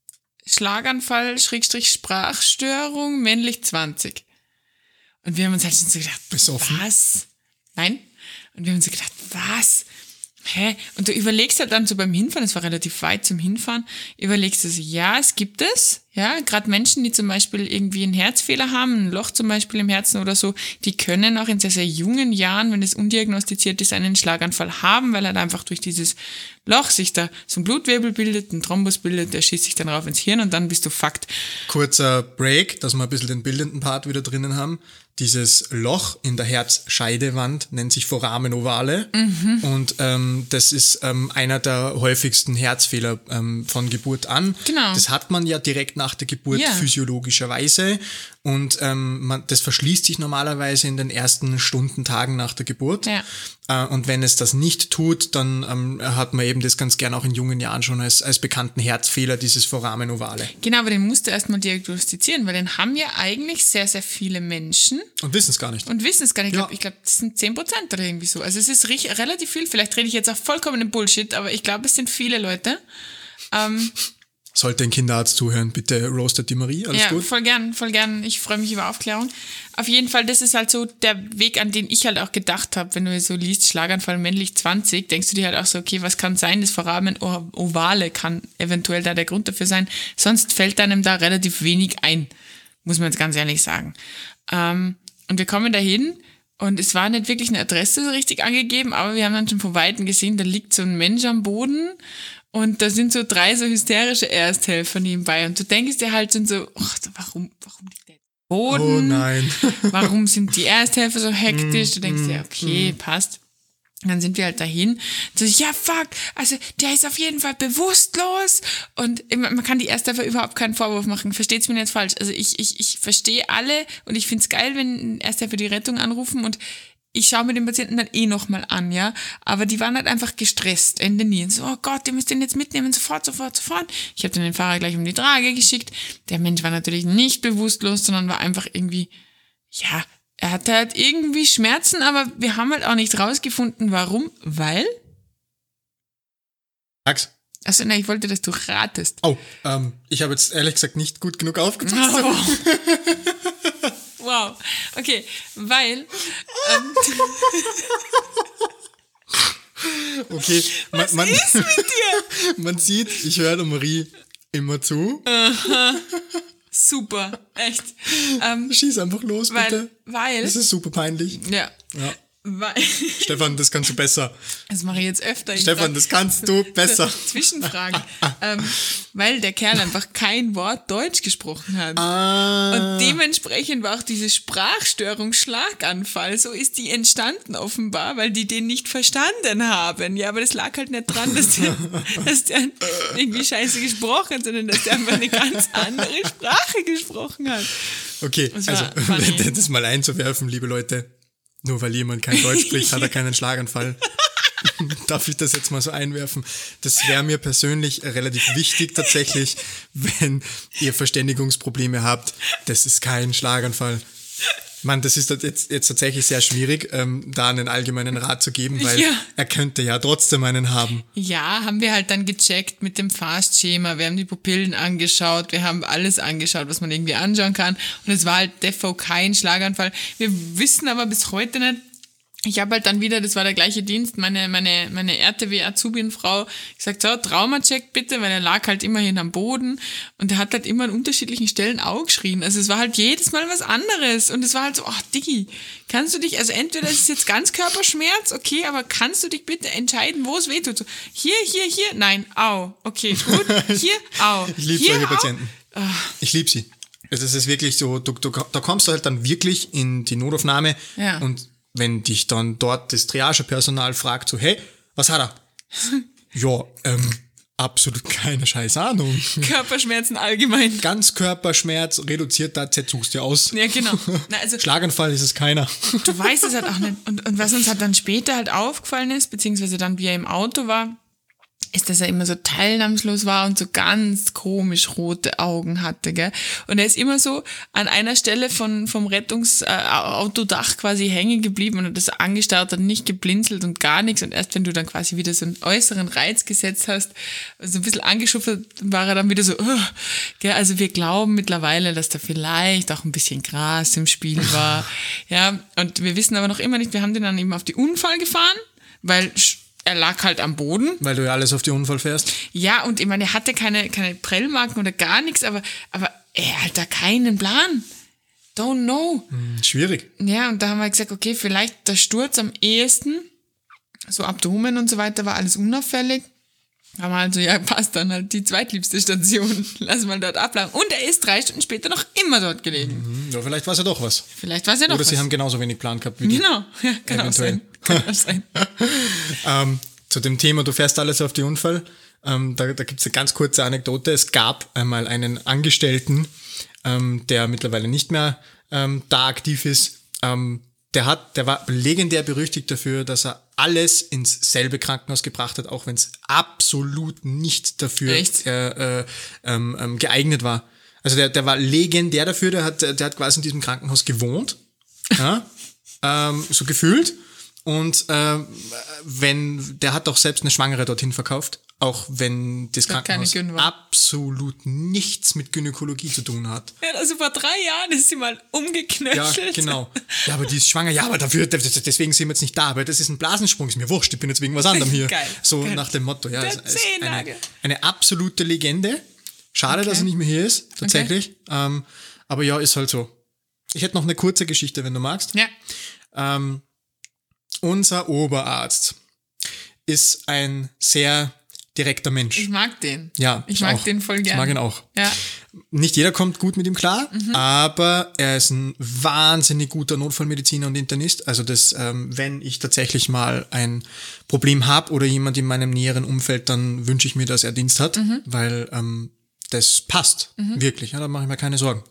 Schlaganfall, Schrägstrich Sprachstörung, männlich zwanzig. Und wir haben uns halt schon so gedacht, besoffen. Was? Nein? Und wir haben uns so gedacht, was? Hä? Und du überlegst halt dann so beim Hinfahren, es war relativ weit zum Hinfahren, überlegst du so, ja, es gibt es, ja, gerade Menschen, die zum Beispiel irgendwie einen Herzfehler haben, ein Loch zum Beispiel im Herzen oder so, die können auch in sehr, sehr jungen Jahren, wenn es undiagnostiziert ist, einen Schlaganfall haben, weil halt einfach durch dieses Loch sich da so ein Blutwirbel bildet, ein Thrombus bildet, der schießt sich dann rauf ins Hirn und dann bist du fucked. Kurzer Break, dass wir ein bisschen den bildenden Part wieder drinnen haben. Dieses Loch in der Herzscheidewand nennt sich Foramen ovale mhm. und ähm, das ist ähm, einer der häufigsten Herzfehler ähm, von Geburt an. Genau. Das hat man ja direkt nach der Geburt ja. physiologischerweise und ähm, man, das verschließt sich normalerweise in den ersten Stunden, Tagen nach der Geburt. Ja. Äh, und wenn es das nicht tut, dann ähm, hat man eben das ganz gern auch in jungen Jahren schon als, als bekannten Herzfehler, dieses Foramen ovale. Genau, aber den musst du erstmal diagnostizieren, weil den haben ja eigentlich sehr, sehr viele Menschen. Und wissen es gar nicht. Und wissen es gar nicht. Ich Ja. glaube, ich glaub, das sind zehn Prozent oder irgendwie so. Also es ist richtig, relativ viel. Vielleicht rede ich jetzt auch vollkommenen Bullshit, aber ich glaube, es sind viele Leute. Ähm, Sollte ein Kinderarzt zuhören, bitte roastet die Marie, alles ja, gut? voll gern, voll gern. Ich freue mich über Aufklärung. Auf jeden Fall, das ist halt so der Weg, an den ich halt auch gedacht habe, wenn du so liest, Schlaganfall männlich zwanzig, denkst du dir halt auch so, okay, was kann sein? Das Foramen ovale kann eventuell da der Grund dafür sein. Sonst fällt einem da relativ wenig ein, muss man jetzt ganz ehrlich sagen. Ähm, und wir kommen dahin und es war nicht wirklich eine Adresse so richtig angegeben, aber wir haben dann schon von Weitem gesehen, da liegt so ein Mensch am Boden. Und da sind so drei so hysterische Ersthelfer nebenbei. Und du denkst dir halt schon so, ach, warum, warum liegt der am Boden? Oh nein. Warum sind die Ersthelfer so hektisch? Du denkst dir, okay, passt. Und dann sind wir halt dahin. So, ja, fuck, also der ist auf jeden Fall bewusstlos. Und man kann die Ersthelfer überhaupt keinen Vorwurf machen. Versteht's mir nicht falsch. Also ich, ich, ich verstehe alle und ich find's geil, wenn Ersthelfer die Rettung anrufen und ich schaue mir den Patienten dann eh nochmal an, ja. Aber die waren halt einfach gestresst, Ende nie. Und so, oh Gott, ihr müsst den jetzt mitnehmen, sofort, sofort, sofort. Ich habe dann den Fahrer gleich um die Trage geschickt. Der Mensch war natürlich nicht bewusstlos, sondern war einfach irgendwie, ja, er hatte halt irgendwie Schmerzen, aber wir haben halt auch nicht rausgefunden, warum, weil... Sag's. Achso, nein, ich wollte, dass du ratest. Oh, ähm, ich habe jetzt ehrlich gesagt nicht gut genug aufgepasst. Oh. Wow, okay, weil... Ähm, okay, man, Was man, ist mit dir? man sieht, ich höre der Marie immer zu. Aha. Super, echt. Ähm, Schieß einfach los, weil, bitte. Weil... Das ist super peinlich. Ja. Ja. Weil... Stefan, das kannst du besser. Das mache ich jetzt öfter. Ich Stefan, frag- das kannst du besser. Zwischenfrage. ähm, weil der Kerl einfach kein Wort Deutsch gesprochen hat. Ah. Und dementsprechend war auch diese Sprachstörung Schlaganfall. So ist die entstanden offenbar, weil die den nicht verstanden haben. Ja, aber das lag halt nicht dran, dass der, dass der irgendwie scheiße gesprochen hat, sondern dass der einfach eine ganz andere Sprache gesprochen hat. Okay, Das also war funny. das mal einzuwerfen, liebe Leute. Nur weil jemand kein Deutsch spricht, hat er keinen Schlaganfall. Darf ich das jetzt mal so einwerfen? Das wäre mir persönlich relativ wichtig tatsächlich, wenn ihr Verständigungsprobleme habt. Das ist kein Schlaganfall. Mann, das ist jetzt, jetzt tatsächlich sehr schwierig, ähm, da einen allgemeinen Rat zu geben, weil Ja. er könnte ja trotzdem einen haben. Ja, haben wir halt dann gecheckt mit dem Fast-Schema. Wir haben die Pupillen angeschaut, wir haben alles angeschaut, was man irgendwie anschauen kann. Und es war halt defo kein Schlaganfall. Wir wissen aber bis heute nicht, ich habe halt dann wieder, das war der gleiche Dienst, meine meine meine R T W-Azubien-Frau gesagt, so, Traumacheck bitte, weil er lag halt immerhin am Boden und er hat halt immer an unterschiedlichen Stellen Au geschrien. Also es war halt jedes Mal was anderes und es war halt so, ach Diggi, kannst du dich, also entweder ist es jetzt Ganzkörperschmerz, okay, aber kannst du dich bitte entscheiden, wo es wehtut? So, hier, hier, hier, nein, au, okay, gut, hier, au. Ich liebe hier, solche au. Patienten. Ich liebe sie. Also es ist wirklich so, du, du, da kommst du halt dann wirklich in die Notaufnahme Ja. und wenn dich dann dort das Triagepersonal fragt, so, hey, was hat er? Ja, ähm, absolut keine scheiß Ahnung. Körperschmerzen allgemein. Ganzkörperschmerz reduziert, da zerzuckst du aus. Ja, genau. Na, also, Schlaganfall ist es keiner. du weißt es halt auch nicht. Und, und was uns halt dann später halt aufgefallen ist, beziehungsweise dann, wie er im Auto war, ist, dass er immer so teilnahmslos war und so ganz komisch rote Augen hatte, gell? Und er ist immer so an einer Stelle von, vom Rettungsautodach quasi hängen geblieben und hat das angestarrt und nicht geblinzelt und gar nichts. Und erst wenn du dann quasi wieder so einen äußeren Reiz gesetzt hast, so ein bisschen angeschupft, war er dann wieder so, uh, gell? Also wir glauben mittlerweile, dass da vielleicht auch ein bisschen Gras im Spiel war. Ja, und wir wissen aber noch immer nicht, wir haben den dann eben auf die Unfall gefahren, weil er lag halt am Boden. Weil du ja alles auf die Unfall fährst. Ja, und ich meine, er hatte keine, keine Prellmarken oder gar nichts, aber, aber er hat da keinen Plan. Don't know. Hm, schwierig. Ja, und da haben wir gesagt, okay, vielleicht der Sturz am ehesten, so Abdomen und so weiter, war alles unauffällig. Aber also, ja, passt dann halt die zweitliebste Station. Lass mal dort ablagen. Und er ist drei Stunden später noch immer dort gelegen. Mhm, ja, vielleicht war es ja doch was. Vielleicht war es ja doch Oder was. sie haben genauso wenig Plan gehabt wie Genau, ja, kann auch sein. Kann auch sein. ähm, zu dem Thema, du fährst alles auf die Unfall. Ähm, da da gibt es eine ganz kurze Anekdote. Es gab einmal einen Angestellten, ähm, der mittlerweile nicht mehr ähm, da aktiv ist. Ähm, der hat, der war legendär berüchtigt dafür, dass er alles ins selbe Krankenhaus gebracht hat, auch wenn es absolut nicht dafür äh, äh, ähm, geeignet war. Also der, der war legendär dafür, der hat, der hat quasi in diesem Krankenhaus gewohnt, ja, ähm, so gefühlt. Und ähm, wenn, der hat auch selbst eine Schwangere dorthin verkauft, auch wenn das Krankenhaus absolut nichts mit Gynäkologie zu tun hat. Ja, also vor drei Jahren ist sie mal umgeknöchelt. Ja, genau. Ja, aber die ist schwanger. Ja, aber dafür, deswegen sind wir jetzt nicht da. Aber das ist ein Blasensprung, ist mir wurscht. Ich bin jetzt wegen was anderem hier. Geil. So Geil. nach dem Motto. Ja, Der es ist Zehennagel. eine, eine absolute Legende. Schade, Okay. dass er nicht mehr hier ist, tatsächlich. Okay. Ähm, aber ja, ist halt so. Ich hätte noch eine kurze Geschichte, wenn du magst. Ja. Ähm, unser Oberarzt ist ein sehr direkter Mensch. Ich mag den. Ja, ich ich mag auch. den voll gerne. Ich mag ihn auch. Ja. Nicht jeder kommt gut mit ihm klar, Mhm. aber er ist ein wahnsinnig guter Notfallmediziner und Internist. Also das, ähm, wenn ich tatsächlich mal ein Problem habe oder jemand in meinem näheren Umfeld, dann wünsche ich mir, dass er Dienst hat, Mhm. weil ähm, das passt wirklich. Ja, da mache ich mir keine Sorgen.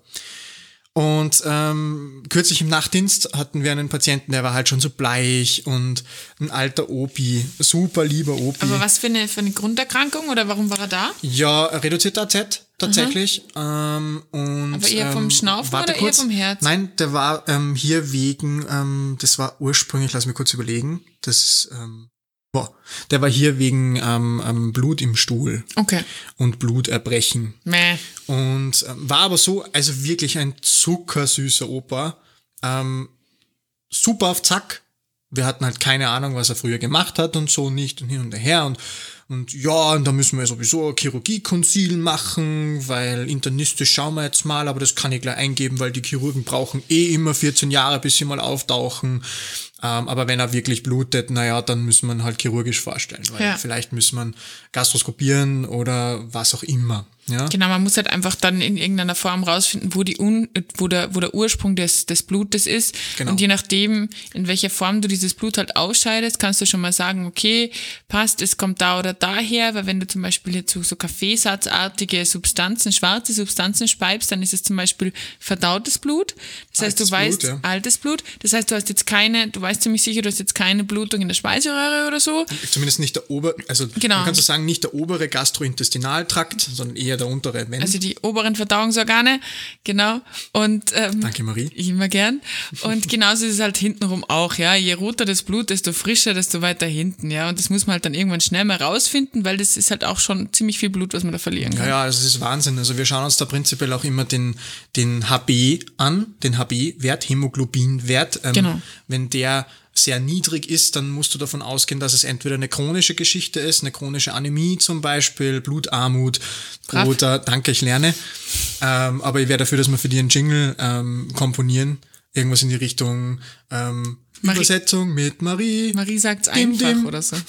Und ähm, kürzlich im Nachtdienst hatten wir einen Patienten, der war halt schon so bleich und ein alter Opi, super lieber Opi. Aber was für eine, für eine Grunderkrankung oder warum war er da? Ja, reduzierte A Z tatsächlich. Ähm, und, Aber eher vom ähm, Schnaufen warte oder kurz. eher vom Herz? Nein, der war ähm, hier wegen, ähm, das war ursprünglich, lass mich kurz überlegen, das ähm, boah, der war hier wegen ähm, ähm, Blut im Stuhl Okay. und Bluterbrechen. Meh. Und ähm, war aber so, also wirklich ein zuckersüßer Opa. Ähm, super auf Zack. Wir hatten halt keine Ahnung, was er früher gemacht hat und so nicht und hin und her und und ja, und da müssen wir sowieso ein Chirurgie-Konsil machen, weil internistisch schauen wir jetzt mal, aber das kann ich gleich eingeben, weil die Chirurgen brauchen eh immer vierzehn Jahre, bis sie mal auftauchen. Ähm, aber wenn er wirklich blutet, naja, dann müssen wir ihn halt chirurgisch vorstellen, weil Ja. vielleicht müssen wir ihn gastroskopieren oder was auch immer. Ja? Genau, man muss halt einfach dann in irgendeiner Form rausfinden, wo die Un, wo der, wo der Ursprung des, des Blutes ist. Genau. Und je nachdem, in welcher Form du dieses Blut halt ausscheidest, kannst du schon mal sagen, okay, passt, es kommt da oder daher, weil wenn du zum Beispiel jetzt so, so Kaffeesatzartige Substanzen, schwarze Substanzen speibst, dann ist es zum Beispiel verdautes Blut. Das heißt, Altes du weißt, Blut, ja. altes Blut. Das heißt, du hast jetzt keine, du weißt ziemlich sicher, du hast jetzt keine Blutung in der Speiseröhre oder so. Zumindest nicht der obere, also Genau. man kann so sagen, nicht der obere Gastrointestinaltrakt, sondern eher der untere, wenn. Also die oberen Verdauungsorgane, genau. Und ähm, Danke, Marie. immer gern. Und genauso ist es halt hintenrum auch, ja. Je roter das Blut, desto frischer, desto weiter hinten, ja. Und das muss man halt dann irgendwann schnell mal rausfinden, weil das ist halt auch schon ziemlich viel Blut, was man da verlieren kann. Ja, ja, also es ist Wahnsinn. Also wir schauen uns da prinzipiell auch immer den, den H B an, den H B-Wert, Hämoglobinwert. Ähm, Genau. Wenn der sehr niedrig ist, dann musst du davon ausgehen, dass es entweder eine chronische Geschichte ist, eine chronische Anämie zum Beispiel, Blutarmut Brav. oder, danke, ich lerne. Ähm, aber ich wäre dafür, dass wir für die einen Jingle ähm, komponieren. Irgendwas in die Richtung ähm, Marie- Übersetzung mit Marie. Marie sagt's Dim, einfach dim. oder so.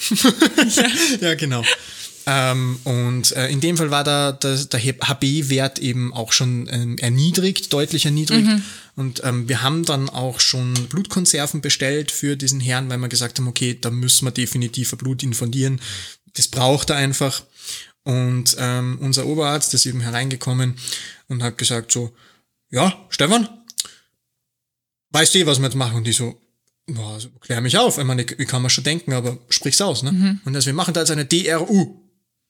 Ja, genau. Ähm, und äh, in dem Fall war da der, der H B-Wert eben auch schon ähm, erniedrigt, deutlich erniedrigt. Mhm. Und ähm, wir haben dann auch schon Blutkonserven bestellt für diesen Herrn, weil wir gesagt haben, okay, da müssen wir definitiv ein Blut infundieren. Das braucht er einfach. Und ähm, unser Oberarzt ist eben hereingekommen und hat gesagt so, ja, Stefan, weißt du, was wir jetzt machen? Und die so, ja, also, klär mich auf. Ich meine, ich, ich kann mir schon denken, aber sprich's aus. Ne? Mhm. Und also, wir machen da jetzt eine D R U.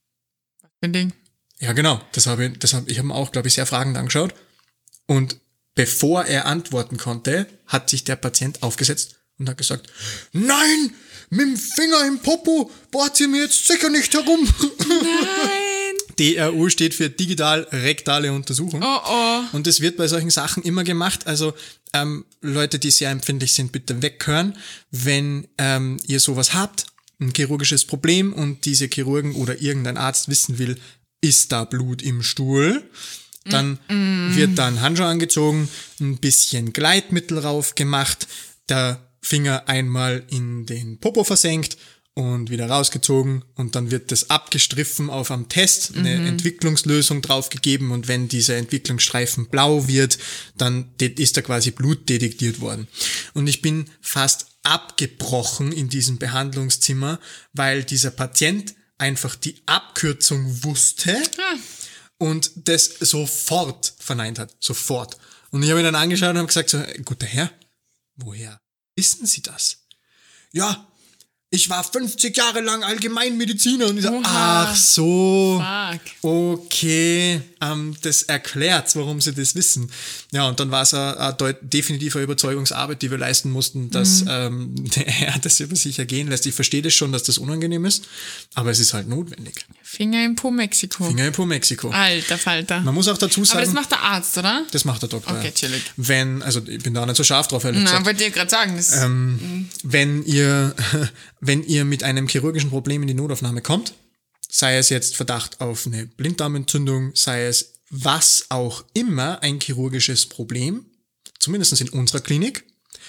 Ein Ding. Ja, genau. Das habe ich, das hab, ich habe mir auch, glaube ich, sehr fragend angeschaut. Und bevor er antworten konnte, hat sich der Patient aufgesetzt und hat gesagt, nein, mit dem Finger im Popo bohrt ihr mir jetzt sicher nicht herum. Nein. D R U steht für digital-rektale Untersuchung. Oh oh. Und das wird bei solchen Sachen immer gemacht. Also ähm, Leute, die sehr empfindlich sind, bitte weghören. Wenn ähm, ihr sowas habt, ein chirurgisches Problem und diese Chirurgen oder irgendein Arzt wissen will, ist da Blut im Stuhl, dann mm. wird da ein Handschuh angezogen, ein bisschen Gleitmittel rauf gemacht, der Finger einmal in den Popo versenkt und wieder rausgezogen und dann wird das abgestriffen auf einem Test, eine mhm. Entwicklungslösung draufgegeben und wenn dieser Entwicklungsstreifen blau wird, dann ist da quasi Blut detektiert worden. Und ich bin fast abgebrochen in diesem Behandlungszimmer, weil dieser Patient einfach die Abkürzung wusste ah. und das sofort verneint hat, sofort. Und ich habe ihn dann angeschaut und habe gesagt, so, guter Herr, woher wissen Sie das? Ja, ich war fünfzig Jahre lang Allgemeinmediziner. Und ich so, ach so, Fuck. Okay, ähm, das erklärt, warum sie das wissen. Ja, und dann war es eine, eine deut- definitive Überzeugungsarbeit, die wir leisten mussten, dass mhm. ähm, der Herr das über sich ergehen lässt. Ich verstehe das schon, dass das unangenehm ist, aber es ist halt notwendig. Finger im Po Mexiko. Finger im Po Mexiko. Alter Falter. Man muss auch dazu sagen... Aber das macht der Arzt, oder? Das macht der Doktor. Okay, chillig. Wenn, also ich bin da nicht so scharf drauf, ehrlich Na, gesagt. wollte ich gerade sagen. Das ähm, mhm. Wenn ihr... Wenn ihr mit einem chirurgischen Problem in die Notaufnahme kommt, sei es jetzt Verdacht auf eine Blinddarmentzündung, sei es was auch immer ein chirurgisches Problem, zumindest in unserer Klinik,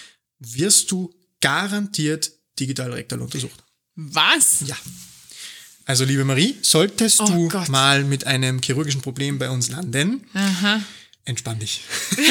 wirst du garantiert digital rektal untersucht. Was? Ja. Also liebe Marie, solltest oh du Gott. mal mit einem chirurgischen Problem bei uns landen, Aha. entspann dich.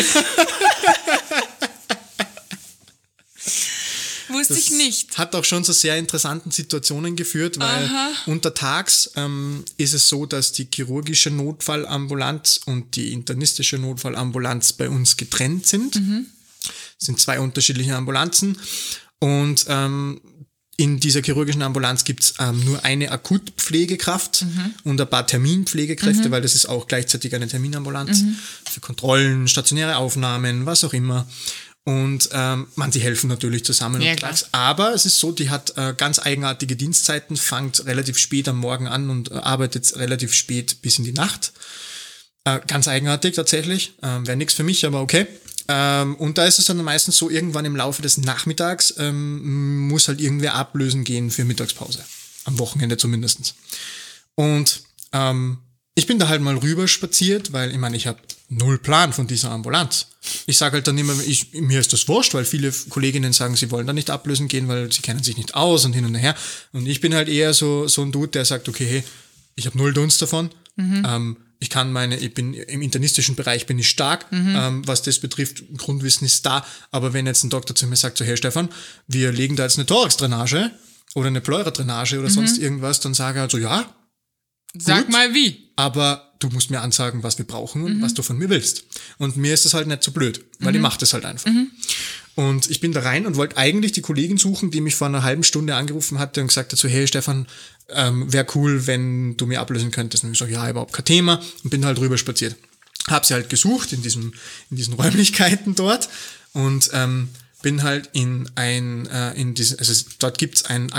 Wusste das ich nicht. Hat auch schon zu sehr interessanten Situationen geführt, weil Aha. untertags ähm, ist es so, dass die chirurgische Notfallambulanz und die internistische Notfallambulanz bei uns getrennt sind. Mhm. Das sind zwei unterschiedliche Ambulanzen und ähm, in dieser chirurgischen Ambulanz gibt's ähm, nur eine Akutpflegekraft mhm. und ein paar Terminpflegekräfte, mhm. weil das ist auch gleichzeitig eine Terminambulanz mhm. für Kontrollen, stationäre Aufnahmen, was auch immer. Und ähm, man, die helfen natürlich zusammen. Ja, und aber es ist so, die hat äh, ganz eigenartige Dienstzeiten, fängt relativ spät am Morgen an und äh, arbeitet relativ spät bis in die Nacht. Äh, ganz eigenartig tatsächlich. Ähm, Wäre nichts für mich, aber okay. Ähm, und da ist es dann meistens so, irgendwann im Laufe des Nachmittags ähm, muss halt irgendwer ablösen gehen für Mittagspause. Am Wochenende zumindest. Und ähm, ich bin da halt mal rüber spaziert, weil ich meine, ich habe null Plan von dieser Ambulanz. Ich sage halt dann immer, ich, mir ist das wurscht, weil viele Kolleginnen sagen, sie wollen da nicht ablösen gehen, weil sie kennen sich nicht aus und hin und her. Und ich bin halt eher so so ein Dude, der sagt, okay, hey, ich habe null Dunst davon. Mhm. Ähm, ich kann meine, ich bin im internistischen Bereich bin ich stark, mhm. ähm, was das betrifft, Grundwissen ist da. Aber wenn jetzt ein Doktor zu mir sagt, so, hey Stefan, wir legen da jetzt eine Thorax-Drainage oder eine Pleura-Drainage oder mhm. sonst irgendwas, dann sage ich halt so, ja, sag gut, mal wie. Aber du musst mir ansagen, was wir brauchen und mhm. was du von mir willst. Und mir ist das halt nicht so blöd, weil mhm. ich mache das halt einfach. Mhm. Und ich bin da rein und wollte eigentlich die Kollegin suchen, die mich vor einer halben Stunde angerufen hatte und gesagt hat so, hey Stefan, ähm, wäre cool, wenn du mir ablösen könntest. Und ich so, ja, überhaupt kein Thema. Und bin halt rüber spaziert. Hab sie halt gesucht in diesem, in diesen Räumlichkeiten dort und ähm, bin halt in ein, äh, in diesen, also dort gibt's ein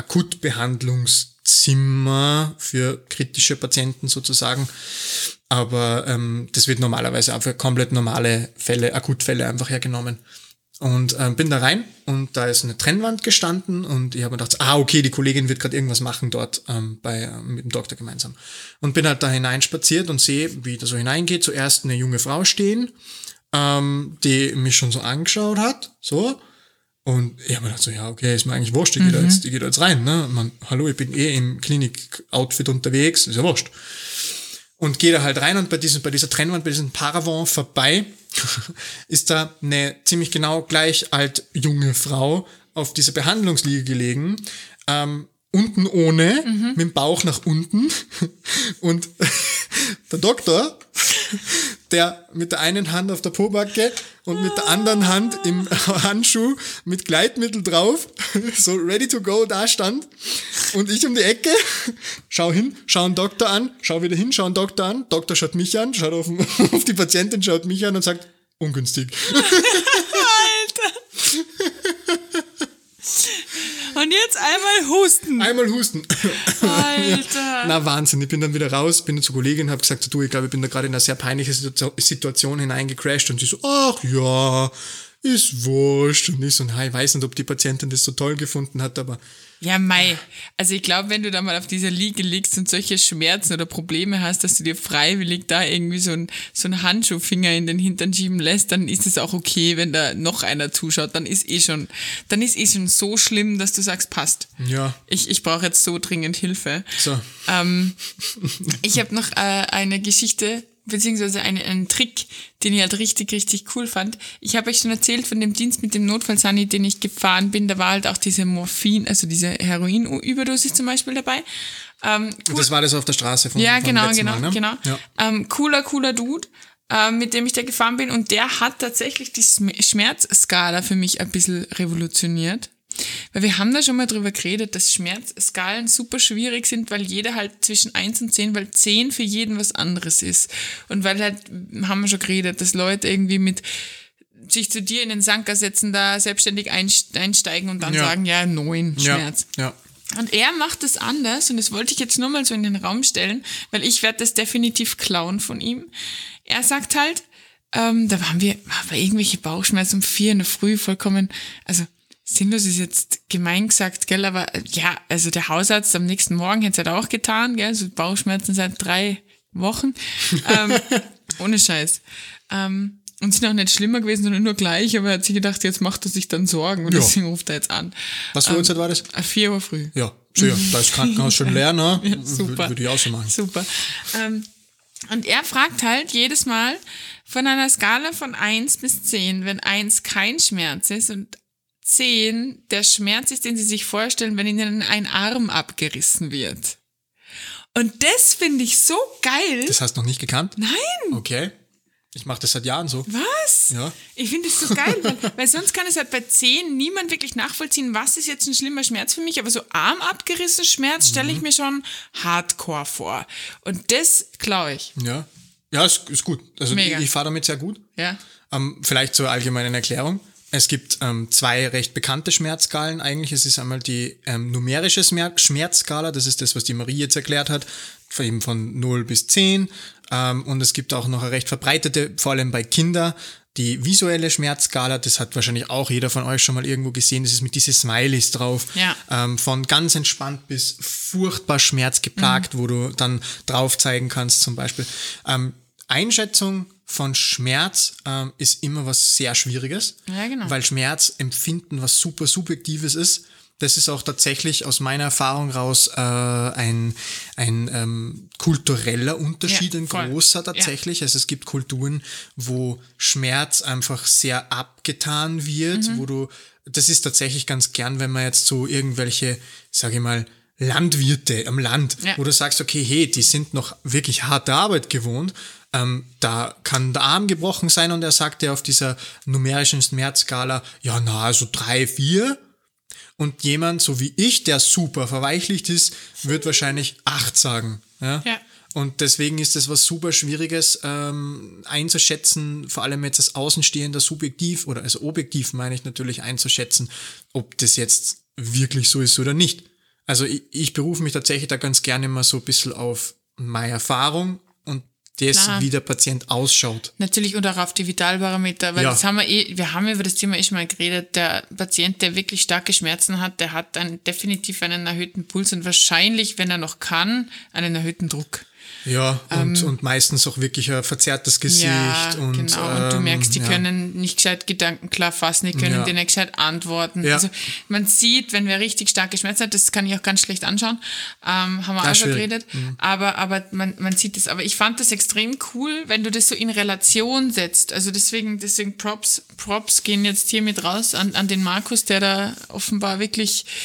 Akutbehandlungszimmer für kritische Patienten sozusagen. Aber ähm, das wird normalerweise auch für komplett normale Fälle, Akutfälle einfach hergenommen. Und ähm, bin da rein und da ist eine Trennwand gestanden und ich habe mir gedacht, ah okay, die Kollegin wird gerade irgendwas machen dort ähm, bei äh, mit dem Doktor gemeinsam. Und bin halt da hineinspaziert und sehe, wie da so hineingeht. Zuerst eine junge Frau stehen, ähm, die mich schon so angeschaut hat, so. Und ich habe mir gedacht so, ja okay, ist mir eigentlich wurscht, die, mhm. geht, da jetzt, die geht da jetzt rein. Ne? Man, hallo, ich bin eh im Klinik-Outfit unterwegs, ist ja wurscht. Und gehe da halt rein und bei, diesem, bei dieser Trennwand, bei diesem Paravent vorbei, ist da eine ziemlich genau gleich alt junge Frau auf dieser Behandlungsliege gelegen, ähm, unten ohne, mhm. mit dem Bauch nach unten. Und der Doktor, der mit der einen Hand auf der Pobacke und mit der anderen Hand im Handschuh mit Gleitmittel drauf, so ready to go da stand. Und ich um die Ecke, schau hin, schau einen Doktor an, schau wieder hin, schau einen Doktor an. Doktor schaut mich an, schaut auf, auf die Patientin, schaut mich an und sagt, ungünstig. Alter. Und jetzt einmal husten. Einmal husten. Alter. Na, Wahnsinn. Ich bin dann wieder raus, bin zur Kollegin und habe gesagt, so, du, ich glaube, ich bin da gerade in eine sehr peinliche Situation hineingecrashed. Und sie so, ach ja, ist wurscht. Und ich so, na, ich weiß nicht, ob die Patientin das so toll gefunden hat, aber... Ja, mei. Also ich glaube, wenn du da mal auf dieser Liege liegst und solche Schmerzen oder Probleme hast, dass du dir freiwillig da irgendwie so ein so ein Handschuhfinger in den Hintern schieben lässt, dann ist es auch okay, wenn da noch einer zuschaut. Dann ist eh schon, dann ist eh schon so schlimm, dass du sagst, passt. Ja. Ich, ich brauche jetzt so dringend Hilfe. So. Ähm, ich habe noch äh, eine Geschichte, beziehungsweise einen, einen Trick, den ich halt richtig, richtig cool fand. Ich habe euch schon erzählt von dem Dienst mit dem Notfallsani, den ich gefahren bin. Da war halt auch diese Morphin, also diese Heroin-Überdosis zum Beispiel dabei. Ähm, cool. Das war das auf der Straße von Ja, vom genau, letzten genau, Mal, ne? genau. Ja. Ähm, cooler, cooler Dude, ähm, mit dem ich da gefahren bin. Und der hat tatsächlich die Schmerzskala für mich ein bisschen revolutioniert. Weil wir haben da schon mal drüber geredet, dass Schmerzskalen super schwierig sind, weil jeder halt zwischen eins und zehn, weil zehn für jeden was anderes ist. Und weil halt, haben wir schon geredet, dass Leute irgendwie mit sich zu dir in den Sanker setzen, da selbstständig einsteigen und dann ja. sagen, ja, neun Schmerz. Ja, ja. Und er macht es anders und das wollte ich jetzt nur mal so in den Raum stellen, weil ich werde das definitiv klauen von ihm. Er sagt halt, ähm, da waren wir, war irgendwelche Bauchschmerzen um vier in der Früh vollkommen, also sinnlos ist jetzt gemein gesagt, gell, aber ja, also der Hausarzt am nächsten Morgen hätte es halt auch getan, gell, so Bauchschmerzen seit drei Wochen, ähm, ohne Scheiß. Ähm, und sind auch nicht schlimmer gewesen, sondern nur gleich, aber er hat sich gedacht, jetzt macht er sich dann Sorgen und ja. deswegen ruft er jetzt an. Was für ähm, Uhrzeit war das? Vier Uhr früh. Ja, sehr. Da ist Krankenhaus schon leer, ne? Ja, super. Würde ich auch so machen. Super. Ähm, und er fragt halt jedes Mal von einer Skala von eins bis zehn, wenn eins kein Schmerz ist und zehn der Schmerz ist, den sie sich vorstellen, wenn ihnen ein Arm abgerissen wird. Und das finde ich so geil. Das hast du noch nicht gekannt? Nein. Okay. Ich mache das seit Jahren so. Was? Ja. Ich finde das so geil, weil, weil sonst kann es halt bei zehn niemand wirklich nachvollziehen, was ist jetzt ein schlimmer Schmerz für mich, aber so Arm abgerissen Schmerz stelle ich mir schon hardcore vor. Und das klaue ich. Ja. Ja, ist, ist gut. Also Mega. ich, ich fahre damit sehr gut. Ja. Ähm, vielleicht zur allgemeinen Erklärung. Es gibt ähm, zwei recht bekannte Schmerzskalen eigentlich. Es ist einmal die ähm, numerische Schmerzskala, das ist das, was die Marie jetzt erklärt hat, von eben von null bis zehn. Ähm, und es gibt auch noch eine recht verbreitete, vor allem bei Kindern, die visuelle Schmerzskala. Das hat wahrscheinlich auch jeder von euch schon mal irgendwo gesehen. Das ist mit diesen Smileys drauf. Ja. Ähm, von ganz entspannt bis furchtbar schmerzgeplagt, mhm. wo du dann drauf zeigen kannst zum Beispiel. Ähm, Einschätzung von Schmerz ähm, ist immer was sehr Schwieriges, ja, genau. weil Schmerzempfinden was super Subjektives ist. Das ist auch tatsächlich aus meiner Erfahrung raus äh, ein, ein ähm, kultureller Unterschied, ja, ein großer tatsächlich. Ja. Also es gibt Kulturen, wo Schmerz einfach sehr abgetan wird, mhm. wo du, das ist tatsächlich ganz gern, wenn man jetzt so irgendwelche, sage ich mal, Landwirte am Land, ja. wo du sagst, okay, hey, die sind noch wirklich harte Arbeit gewohnt. Ähm, da kann der Arm gebrochen sein und er sagt ja auf dieser numerischen Schmerzskala, ja, na, also drei, vier. Und jemand, so wie ich, der super verweichlicht ist, wird wahrscheinlich acht sagen. Ja? Ja. Und deswegen ist das was super Schwieriges ähm, einzuschätzen, vor allem jetzt als Außenstehender subjektiv oder als objektiv meine ich natürlich einzuschätzen, ob das jetzt wirklich so ist oder nicht. Also ich, ich berufe mich tatsächlich da ganz gerne immer so ein bisschen auf meine Erfahrung und das, Klar. wie der Patient ausschaut. Natürlich und auch auf die Vitalparameter, weil ja. das haben wir eh, wir haben über das Thema eh schon mal geredet, der Patient, der wirklich starke Schmerzen hat, der hat dann definitiv einen erhöhten Puls und wahrscheinlich, wenn er noch kann, einen erhöhten Druck. Ja, und, ähm, und meistens auch wirklich ein verzerrtes Gesicht. Ja, und, genau. Und du ähm, merkst, die ja. können nicht gescheit Gedanken klar fassen, die können ja. dir nicht gescheit antworten. Ja. Also man sieht, wenn wer richtig starke Schmerzen hat, das kann ich auch ganz schlecht anschauen, ähm, haben wir ja, auch schon schwierig. geredet, Mhm. aber, aber man, man sieht das. Aber ich fand das extrem cool, wenn du das so in Relation setzt. Also deswegen, deswegen Props, Props gehen jetzt hier mit raus an, an den Markus, der da offenbar wirklich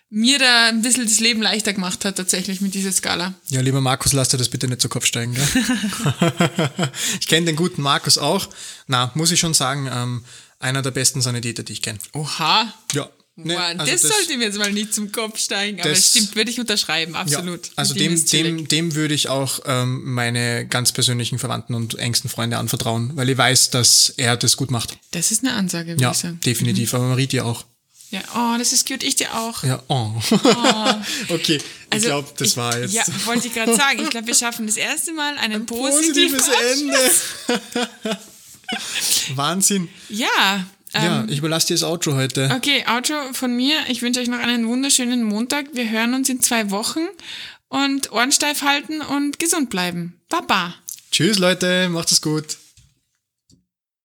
mir da ein bisschen das Leben leichter gemacht hat, tatsächlich mit dieser Skala. Ja, lieber Markus, lass dir das bitte nicht zu Kopf steigen. Gell? Ich kenne den guten Markus auch. Na, muss ich schon sagen, ähm, einer der besten Sanitäter, die ich kenne. Oha. Ja. Ne, Wow, also das, das sollte mir jetzt mal nicht zum Kopf steigen, aber das- es stimmt, würde ich unterschreiben, absolut. Ja, also Mit dem, ist chillig. dem, dem würde ich auch ähm, meine ganz persönlichen Verwandten und engsten Freunde anvertrauen, weil ich weiß, dass er das gut macht. Das ist eine Ansage, würde Ja, ich sagen. definitiv. Aber Marie dir auch. Ja, oh, das ist gut, ich dir auch. Ja, oh. Okay, ich glaube, das ich, war jetzt Ja, wollte ich gerade sagen. Ich glaube, wir schaffen das erste Mal einen positiven positives Abschluss. Ende. Wahnsinn. Ja, Ja, ähm, ich überlasse dir das Outro heute. okay, Outro von mir. Ich wünsche euch noch einen wunderschönen Montag. Wir hören uns in zwei Wochen und Ohren steif halten und gesund bleiben. Baba. Tschüss, Leute. Macht es gut.